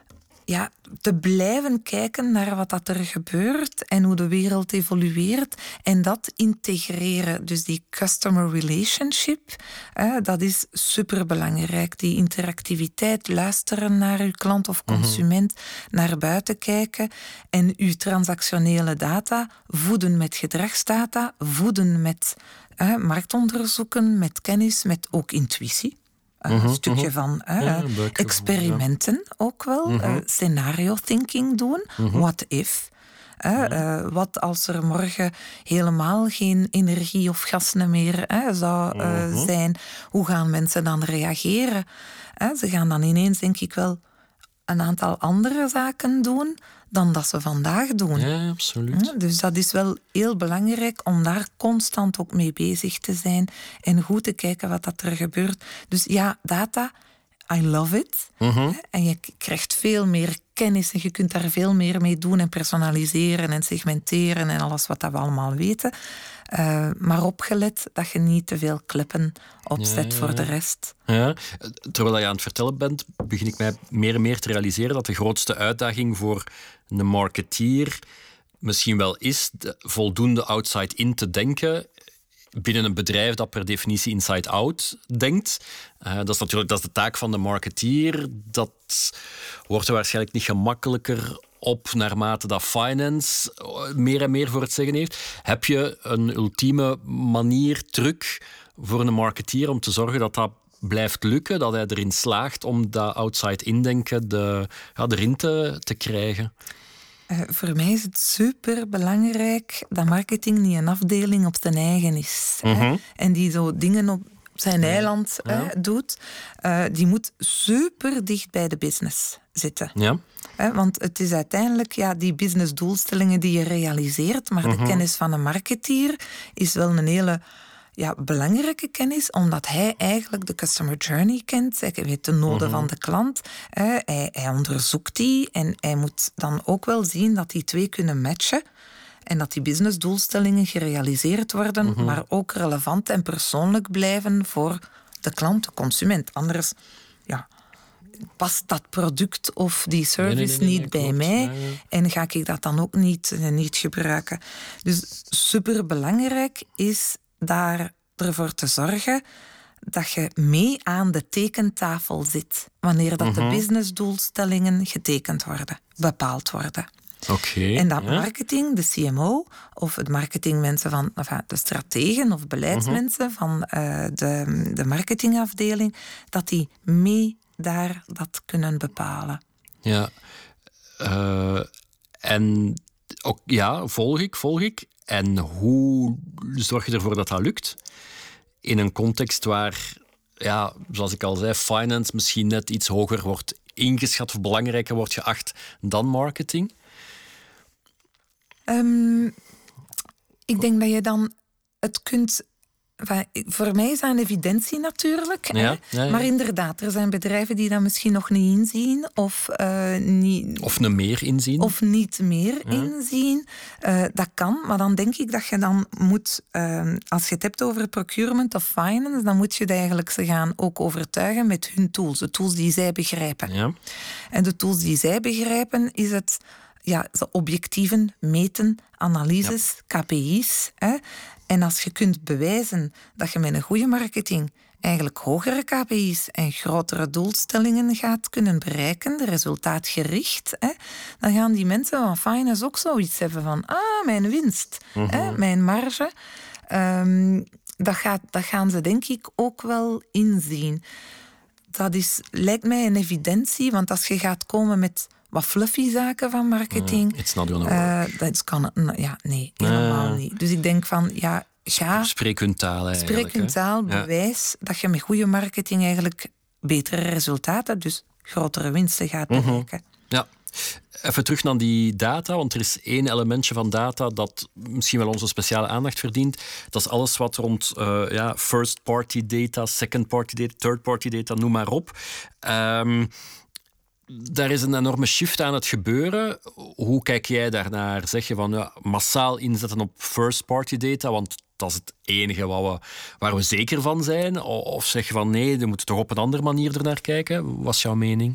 ja, te blijven kijken naar wat dat er gebeurt en hoe de wereld evolueert en dat integreren. Dus die customer relationship, eh, dat is superbelangrijk. Die interactiviteit, luisteren naar uw klant of consument, mm-hmm. naar buiten kijken en uw transactionele data voeden met gedragsdata, voeden met eh, marktonderzoeken, met kennis, met ook intuïtie. Een uh-huh, stukje uh-huh. van uh, ja, experimenten ja. ook wel. Uh-huh. Uh, scenario thinking doen. Uh-huh. What if? Uh, uh, wat als er morgen helemaal geen energie of gas meer uh, zou uh, uh-huh. zijn? Hoe gaan mensen dan reageren? Uh, ze gaan dan ineens, denk ik wel, een aantal andere zaken doen dan dat ze vandaag doen. Ja, absoluut. Ja, dus dat is wel heel belangrijk om daar constant ook mee bezig te zijn en goed te kijken wat dat er gebeurt. Dus ja, data, I love it. Uh-huh. En je krijgt veel meer kennis en je kunt daar veel meer mee doen en personaliseren en segmenteren en alles wat dat we allemaal weten. Uh, maar opgelet dat je niet te veel kleppen opzet ja, ja, ja. voor de rest. Ja. Terwijl je aan het vertellen bent, begin ik mij meer en meer te realiseren dat de grootste uitdaging voor een marketeer misschien wel is de voldoende outside-in te denken binnen een bedrijf dat per definitie inside-out denkt. Uh, dat is natuurlijk dat is de taak van de marketeer. Dat wordt er waarschijnlijk niet gemakkelijker op naarmate dat finance meer en meer voor het zeggen heeft. Heb je een ultieme manier, truc voor een marketeer om te zorgen dat dat blijft lukken, dat hij erin slaagt om dat outside-indenken de, ja, erin te, te krijgen? Uh, voor mij is het super belangrijk dat marketing niet een afdeling op zijn eigen is. Uh-huh. Hè? En die zo dingen op zijn eiland ja. hè, doet. Uh, die moet super dicht bij de business zitten. Ja. Hè, want het is uiteindelijk ja, die businessdoelstellingen die je realiseert, maar uh-huh. de kennis van een marketeer is wel een hele ja, belangrijke kennis, omdat hij eigenlijk de customer journey kent. Hij weet de noden uh-huh. van de klant. Uh, hij, hij onderzoekt die en hij moet dan ook wel zien dat die twee kunnen matchen en dat die businessdoelstellingen gerealiseerd worden, uh-huh. maar ook relevant en persoonlijk blijven voor de klant, de consument. Anders ja, past dat product of die service nee, nee, nee, nee, niet bij mij ja, ja. en ga ik dat dan ook niet, niet gebruiken. Dus superbelangrijk is daar ervoor te zorgen dat je mee aan de tekentafel zit wanneer dat uh-huh. de businessdoelstellingen getekend worden, bepaald worden. Okay, en dat ja. marketing, de C M O of het marketingmensen van enfin, de strategen of beleidsmensen uh-huh. van uh, de, de marketingafdeling, dat die mee daar dat kunnen bepalen. Ja, uh, en ook, ja, volg ik, volg ik. En hoe zorg je ervoor dat dat lukt? In een context waar, ja, zoals ik al zei, finance misschien net iets hoger wordt ingeschat of belangrijker wordt geacht dan marketing? Um, ik denk dat je dan het kunt... Voor mij is dat een evidentie natuurlijk. Ja, ja, ja. Maar inderdaad, er zijn bedrijven die dat misschien nog niet inzien. Of, uh, niet, of niet meer inzien. Of niet meer ja. inzien. Uh, dat kan, maar dan denk ik dat je dan moet... Uh, als je het hebt over procurement of finance, dan moet je het eigenlijk ze gaan ook overtuigen met hun tools. De tools die zij begrijpen. Ja. En de tools die zij begrijpen is het... Ja, objectieven, meten, analyses, ja. K P I's. Hè. En als je kunt bewijzen dat je met een goede marketing eigenlijk hogere K P I's en grotere doelstellingen gaat kunnen bereiken, resultaatgericht, hè, dan gaan die mensen van finance ook zoiets hebben van ah, mijn winst, uh-huh. hè, mijn marge. Um, dat, gaat, dat gaan ze denk ik ook wel inzien. Dat is, lijkt mij een evidentie, want als je gaat komen met wat fluffy zaken van marketing. Uh, it's not gonna work. Uh, dat kan, ja, nee, helemaal uh. niet. Dus ik denk van, ja, ga... Spreek hun taal eigenlijk. Spreek hun taal, hè? Bewijs ja. dat je met goede marketing eigenlijk betere resultaten, dus grotere winsten gaat bereiken. Uh-huh. Ja, Even terug naar die data, want er is één elementje van data dat misschien wel onze speciale aandacht verdient. Dat is alles wat rond uh, ja, first-party data, second-party data, third-party data, noem maar op. Um, Daar is een enorme shift aan het gebeuren. Hoe kijk jij daarnaar? Zeg je van ja, massaal inzetten op first-party data, want dat is het enige wat we, waar we zeker van zijn? Of zeg je van nee, we moeten toch op een andere manier ernaar kijken? Wat is jouw mening?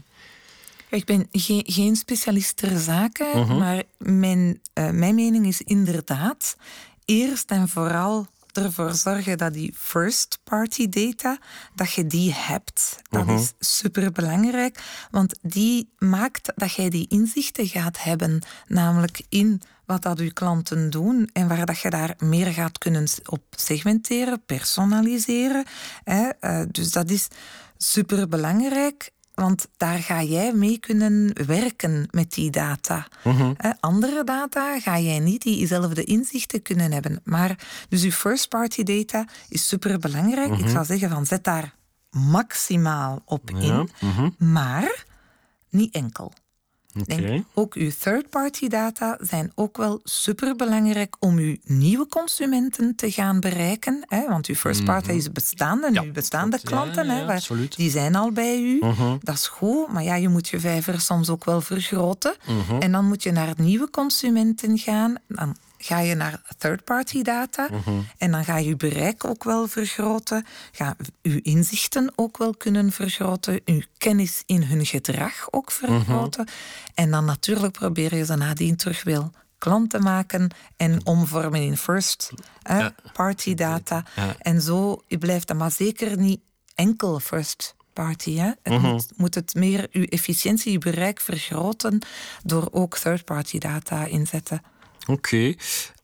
Ik ben geen, geen specialist ter zake, uh-huh. maar mijn, uh, mijn mening is inderdaad eerst en vooral ervoor zorgen dat die first-party data, dat je die hebt. Dat uh-huh. is superbelangrijk, want die maakt dat jij die inzichten gaat hebben, namelijk in wat dat je klanten doen en waar dat je daar meer gaat kunnen op segmenteren, personaliseren. Hè. Uh, dus dat is superbelangrijk. Want daar ga jij mee kunnen werken met die data. Uh-huh. Eh, andere data ga jij niet diezelfde inzichten kunnen hebben. Maar dus je first-party data is superbelangrijk. Uh-huh. Ik zou zeggen van zet daar maximaal op in. Ja. Uh-huh. Maar niet enkel. Okay. Denk, ook uw third-party data zijn ook wel superbelangrijk om uw nieuwe consumenten te gaan bereiken. Hè? Want uw first-party mm-hmm. is bestaande, ja, uw bestaande klopt. klanten. Ja, ja, ja, hè, waar, die zijn al bij u. Mm-hmm. Dat is goed, maar ja, je moet je vijver soms ook wel vergroten. Mm-hmm. En dan moet je naar nieuwe consumenten gaan. Dan ga je naar third-party data uh-huh. en dan ga je je bereik ook wel vergroten, ga je inzichten ook wel kunnen vergroten, je kennis in hun gedrag ook vergroten. Uh-huh. En dan natuurlijk probeer je ze nadien terug wel klant te maken en omvormen in first-party data. Ja. En zo blijft dat maar zeker niet enkel first party. Hè? Het uh-huh. moet, moet het meer je efficiëntie, je bereik vergroten door ook third-party data inzetten. Oké. Okay.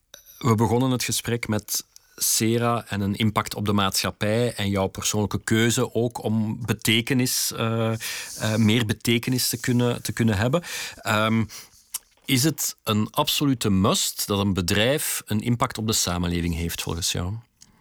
We begonnen het gesprek met Sera en een impact op de maatschappij en jouw persoonlijke keuze ook om betekenis, uh, uh, meer betekenis te kunnen, te kunnen hebben. Um, is het een absolute must dat een bedrijf een impact op de samenleving heeft volgens jou?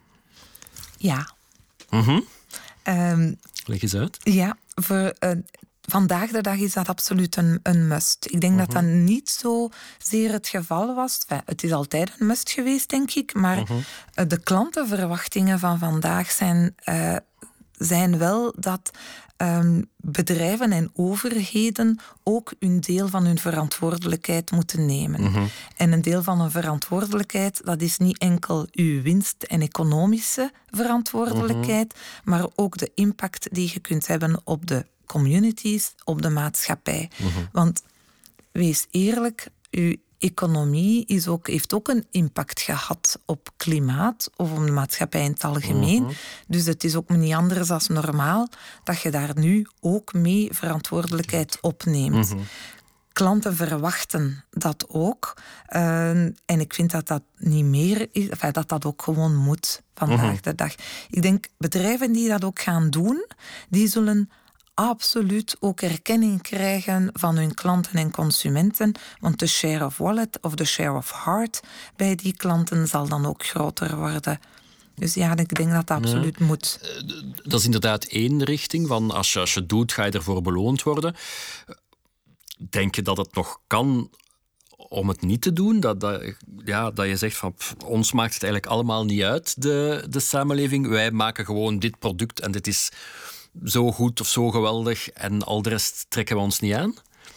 Ja. Mm-hmm. Um, Leg eens uit. Ja, voor... Uh, Vandaag de dag is dat absoluut een, een must. Ik denk uh-huh. dat dat niet zozeer het geval was. Enfin, het is altijd een must geweest, denk ik. Maar uh-huh. de klantenverwachtingen van vandaag zijn, uh, zijn wel dat um, bedrijven en overheden ook een deel van hun verantwoordelijkheid moeten nemen. Uh-huh. En een deel van hun verantwoordelijkheid, dat is niet enkel uw winst- en economische verantwoordelijkheid, uh-huh. maar ook de impact die je kunt hebben op de communities, op de maatschappij. Uh-huh. Want wees eerlijk, uw economie is ook, heeft ook een impact gehad op klimaat of op de maatschappij in het algemeen. Uh-huh. Dus het is ook niet anders dan normaal dat je daar nu ook mee verantwoordelijkheid opneemt. Uh-huh. Klanten verwachten dat ook. Uh, en ik vind dat dat niet meer is, enfin, dat dat ook gewoon moet vandaag uh-huh. de dag. Ik denk, bedrijven die dat ook gaan doen, die zullen absoluut ook erkenning krijgen van hun klanten en consumenten, want de share of wallet of de share of heart bij die klanten zal dan ook groter worden. Dus ja, ik denk dat dat absoluut ja. moet. Dat is inderdaad één richting, van als je, als je doet, ga je ervoor beloond worden. Denk je dat het nog kan om het niet te doen? Dat, dat, ja, dat je zegt van pff, ons maakt het eigenlijk allemaal niet uit, de, de samenleving. Wij maken gewoon dit product en dit is zo goed of zo geweldig en al de rest trekken we ons niet aan?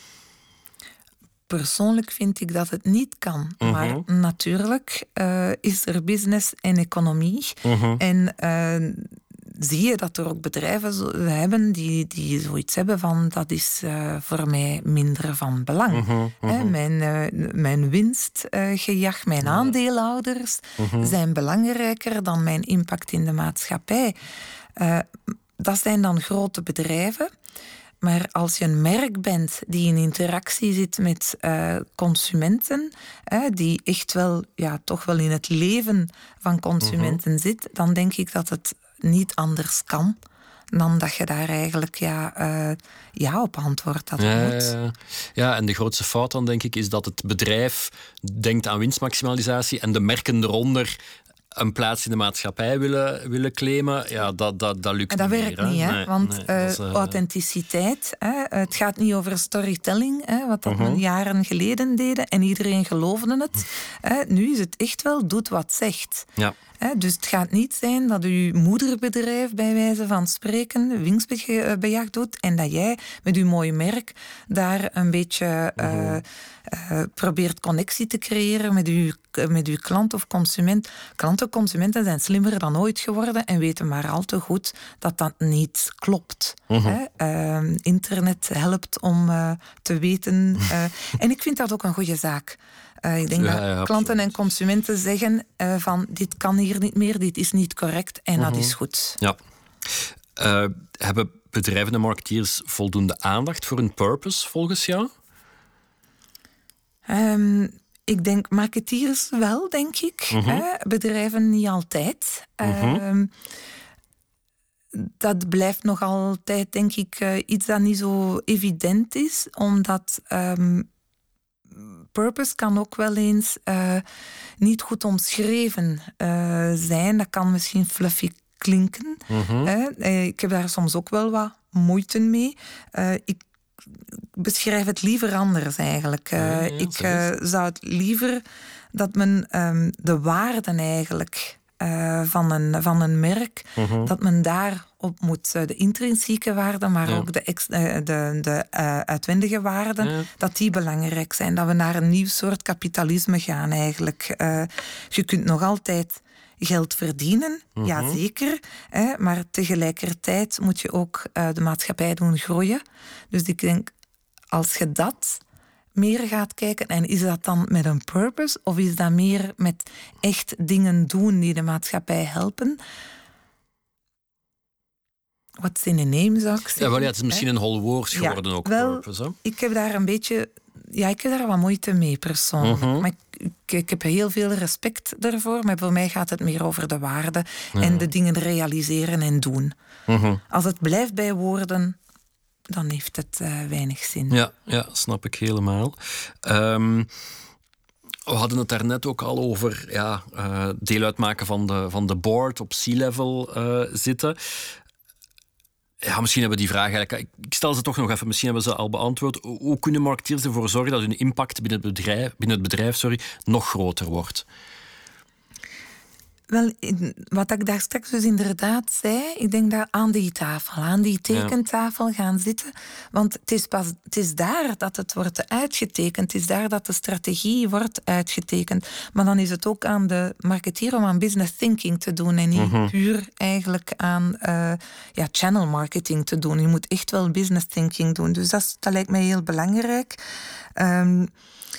Persoonlijk vind ik dat het niet kan. Uh-huh. Maar natuurlijk uh, is er business en economie. Uh-huh. En uh, zie je dat er ook bedrijven hebben die, die zoiets hebben van dat is uh, voor mij minder van belang. Uh-huh. Uh-huh. He, mijn, uh, mijn winstgejag, uh, mijn uh-huh. aandeelhouders uh-huh. zijn belangrijker dan mijn impact in de maatschappij. Uh, Dat zijn dan grote bedrijven. Maar als je een merk bent die in interactie zit met uh, consumenten, uh, die echt wel, ja, toch wel in het leven van consumenten uh-huh. zit, dan denk ik dat het niet anders kan dan dat je daar eigenlijk ja, uh, ja op antwoordt dat ja, moet. Ja, ja, en de grootste fout dan, denk ik, is dat het bedrijf denkt aan winstmaximalisatie en de merken eronder een plaats in de maatschappij willen, willen claimen, ja, dat, dat, dat lukt en dat niet werkt meer, niet, hè? Nee, want nee, uh, is, uh... authenticiteit, hè? Het gaat niet over storytelling, hè? Wat dat uh-huh. we jaren geleden deden en iedereen geloofde het. Hè? Nu is het echt wel, doet wat zegt. Ja. Hè? Dus het gaat niet zijn dat uw moederbedrijf bij wijze van spreken winstbejag doet en dat jij met uw mooie merk daar een beetje uh, uh, probeert connectie te creëren met uw, met uw klant of consument. Klanten, consumenten zijn slimmer dan ooit geworden en weten maar al te goed dat dat niet klopt. Uh-huh. Hè? Uh, internet helpt om uh, te weten. Uh, en ik vind dat ook een goede zaak. Uh, ik denk ja, dat ja, klanten en consumenten zeggen uh, van dit kan hier niet meer, dit is niet correct en uh-huh. dat is goed. Ja. Uh, hebben bedrijven en marketeers voldoende aandacht voor hun purpose volgens jou? Um, ik denk marketeers wel, denk ik. Uh-huh. Hè? Bedrijven niet altijd. Uh-huh. Um, dat blijft nog altijd, denk ik, uh, iets dat niet zo evident is, omdat um, purpose kan ook wel eens uh, niet goed omschreven uh, zijn. Dat kan misschien fluffy klinken. Uh-huh. Uh, ik heb daar soms ook wel wat moeite mee. Uh, ik beschrijf het liever anders eigenlijk. Uh, ja, ja, ik uh, zou het liever dat men um, de waarden eigenlijk uh, van, een, van een merk, uh-huh. dat men daar op moet, uh, de intrinsieke waarden, maar ja. ook de, ex, uh, de, de uh, uitwendige waarden, ja. dat die belangrijk zijn. Dat we naar een nieuw soort kapitalisme gaan eigenlijk. Uh, je kunt nog altijd geld verdienen, uh-huh. ja zeker, hè, maar tegelijkertijd moet je ook uh, de maatschappij doen groeien. Dus ik denk, als je dat meer gaat kijken, en is dat dan met een purpose, of is dat meer met echt dingen doen die de maatschappij helpen? What's in a name, zou ik zeggen. Ja, wel, ja, het is misschien een hol woord geworden ja, ook, wel, purpose. Hè? Ik heb daar een beetje... Ja, ik heb daar wat moeite mee, persoonlijk. Uh-huh. Maar ik, ik, ik heb heel veel respect daarvoor. Maar voor mij gaat het meer over de waarden uh-huh. en de dingen realiseren en doen. Uh-huh. Als het blijft bij woorden, dan heeft het uh, weinig zin. Ja, ja, snap ik helemaal. Um, we hadden het daarnet ook al over ja, uh, deel uitmaken van de, van de board, op C-level uh, zitten. Ja, misschien hebben we die vraag eigenlijk... Ik stel ze toch nog even, misschien hebben we ze al beantwoord. Hoe kunnen marketeers ervoor zorgen dat hun impact binnen het bedrijf, binnen het bedrijf sorry, nog groter wordt? Wel, wat ik daar straks dus inderdaad zei, ik denk dat aan die tafel, aan die tekentafel gaan zitten. Want het is, pas, het is daar dat het wordt uitgetekend. Het is daar dat de strategie wordt uitgetekend. Maar dan is het ook aan de marketeer om aan business thinking te doen en niet uh-huh. puur eigenlijk aan uh, ja, channel marketing te doen. Je moet echt wel business thinking doen. Dus dat, dat lijkt mij heel belangrijk. Um,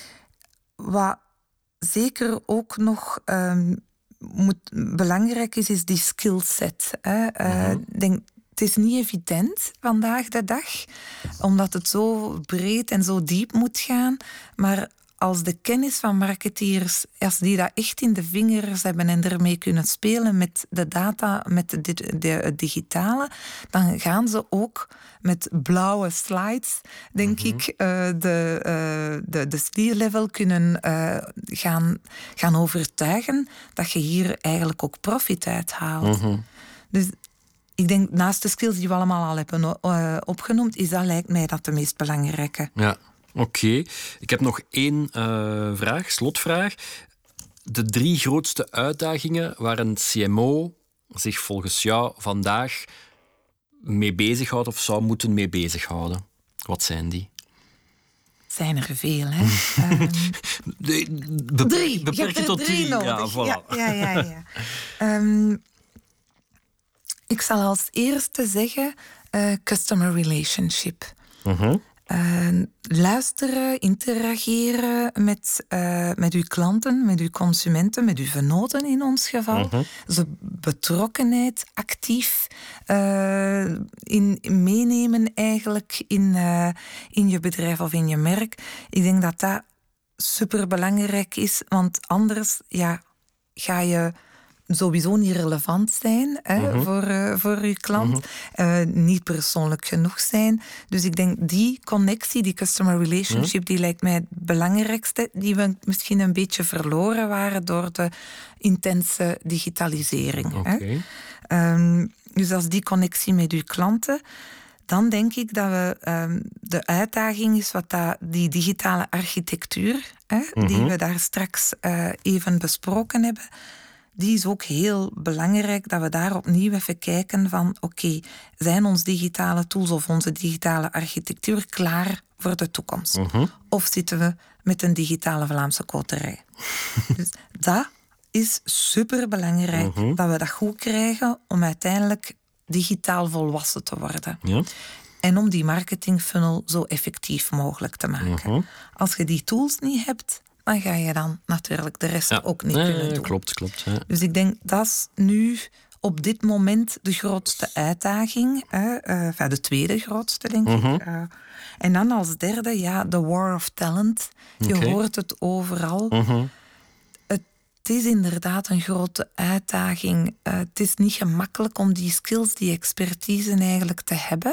wat zeker ook nog... Um, Moet, belangrijk is, is die skillset. Hè. Uh, uh-huh. denk, het is niet evident vandaag de dag, omdat het zo breed en zo diep moet gaan. Maar als de kennis van marketeers, als die dat echt in de vingers hebben en ermee kunnen spelen met de data, met de, de, de, het digitale, dan gaan ze ook met blauwe slides, denk uh-huh. ik, uh, de, uh, de, de C-level kunnen uh, gaan, gaan overtuigen dat je hier eigenlijk ook profit uit haalt. Uh-huh. Dus ik denk, naast de skills die we allemaal al hebben uh, opgenoemd, is dat, lijkt mij, dat de meest belangrijke. Ja. Oké, okay. Ik heb nog één uh, vraag, slotvraag. De drie grootste uitdagingen waar een C M O zich volgens jou vandaag mee bezighoudt of zou moeten mee bezighouden. Wat zijn die? Zijn er veel, hè? um, de, be- drie. Beperk je tot drie. Nodig. Ja, voilà. ja, ja, ja, ja. um, ik zal als eerste zeggen uh, customer relationship. Uh-huh. Uh, luisteren, interageren met, uh, met uw klanten, met uw consumenten, met uw vernoten in ons geval. Uh-huh. Dus betrokkenheid, actief uh, in, meenemen eigenlijk in, uh, in je bedrijf of in je merk. Ik denk dat dat superbelangrijk is, want anders ja, ga je sowieso niet relevant zijn hè, uh-huh. voor, uh, voor uw klant. Uh-huh. Uh, niet persoonlijk genoeg zijn. Dus ik denk die connectie, die customer relationship, uh-huh. die lijkt mij het belangrijkste. Die we misschien een beetje verloren waren door de intense digitalisering. Okay. Hè. Um, dus als die connectie met uw klanten, dan denk ik dat we um, de uitdaging is wat dat, die digitale architectuur, hè, uh-huh. die we daar straks uh, even besproken hebben, die is ook heel belangrijk dat we daar opnieuw even kijken van oké, okay, zijn onze digitale tools of onze digitale architectuur klaar voor de toekomst? Uh-huh. Of zitten we met een digitale Vlaamse koterij? Dus dat is superbelangrijk, uh-huh. dat we dat goed krijgen om uiteindelijk digitaal volwassen te worden. Ja. En om die marketingfunnel zo effectief mogelijk te maken. Uh-huh. Als je die tools niet hebt, dan ga je dan natuurlijk de rest ja. ook niet nee, kunnen doen. Klopt, klopt. Ja. Dus ik denk, dat is nu op dit moment de grootste uitdaging. Hè? Uh, enfin, de tweede grootste, denk uh-huh. ik. Uh, en dan als derde, ja, de war of talent. Je okay. hoort het overal. Uh-huh. Het is inderdaad een grote uitdaging. Uh, het is niet gemakkelijk om die skills, die expertise eigenlijk te hebben.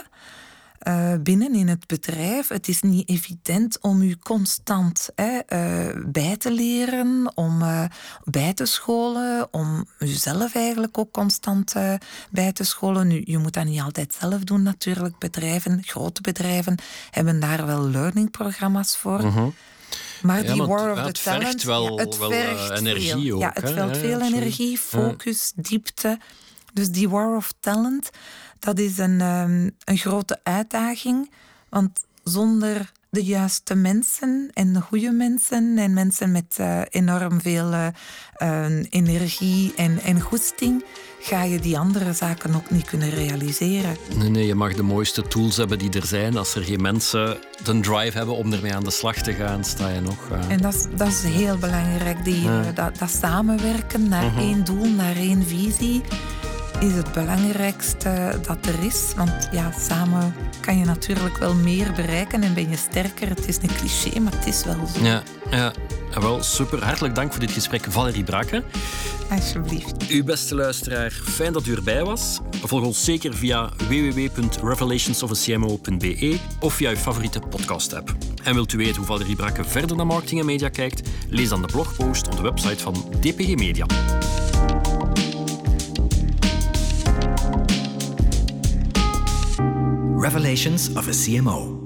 Uh, binnen in het bedrijf. Het is niet evident om u constant hè, uh, bij te leren, om uh, bij te scholen, om uzelf eigenlijk ook constant uh, bij te scholen. Nu, je moet dat niet altijd zelf doen natuurlijk. Bedrijven, grote bedrijven, hebben daar wel learningprogramma's voor. Uh-huh. Maar die ja, war het, of ja, the het talent, vergt wel, ja, het wel vergt uh, energie veel. ook. Ja, het vergt hè? veel ja, energie, focus, ja. diepte. Dus die war of talent, dat is een, um, een grote uitdaging. Want zonder de juiste mensen en de goede mensen en mensen met uh, enorm veel uh, uh, energie en, en goesting, ga je die andere zaken ook niet kunnen realiseren. Nee, nee, je mag de mooiste tools hebben die er zijn. Als er geen mensen de drive hebben om ermee aan de slag te gaan, sta je nog... Uh... En dat is, dat is heel belangrijk. Die, ja. uh, dat, dat samenwerken naar uh-huh. één doel, naar één visie, is het belangrijkste dat er is. Want ja, samen kan je natuurlijk wel meer bereiken en ben je sterker. Het is een cliché, maar het is wel zo. Ja, ja. Ja, wel, super. Hartelijk dank voor dit gesprek, Valerie Brakke. Alsjeblieft. Uw beste luisteraar, fijn dat u erbij was. Volg ons zeker via w w w punt revelations of a c m o punt b e of via uw favoriete podcast-app. En wilt u weten hoe Valerie Brakke verder naar marketing en media kijkt? Lees dan de blogpost op de website van D P G Media. Revelations of a C M O.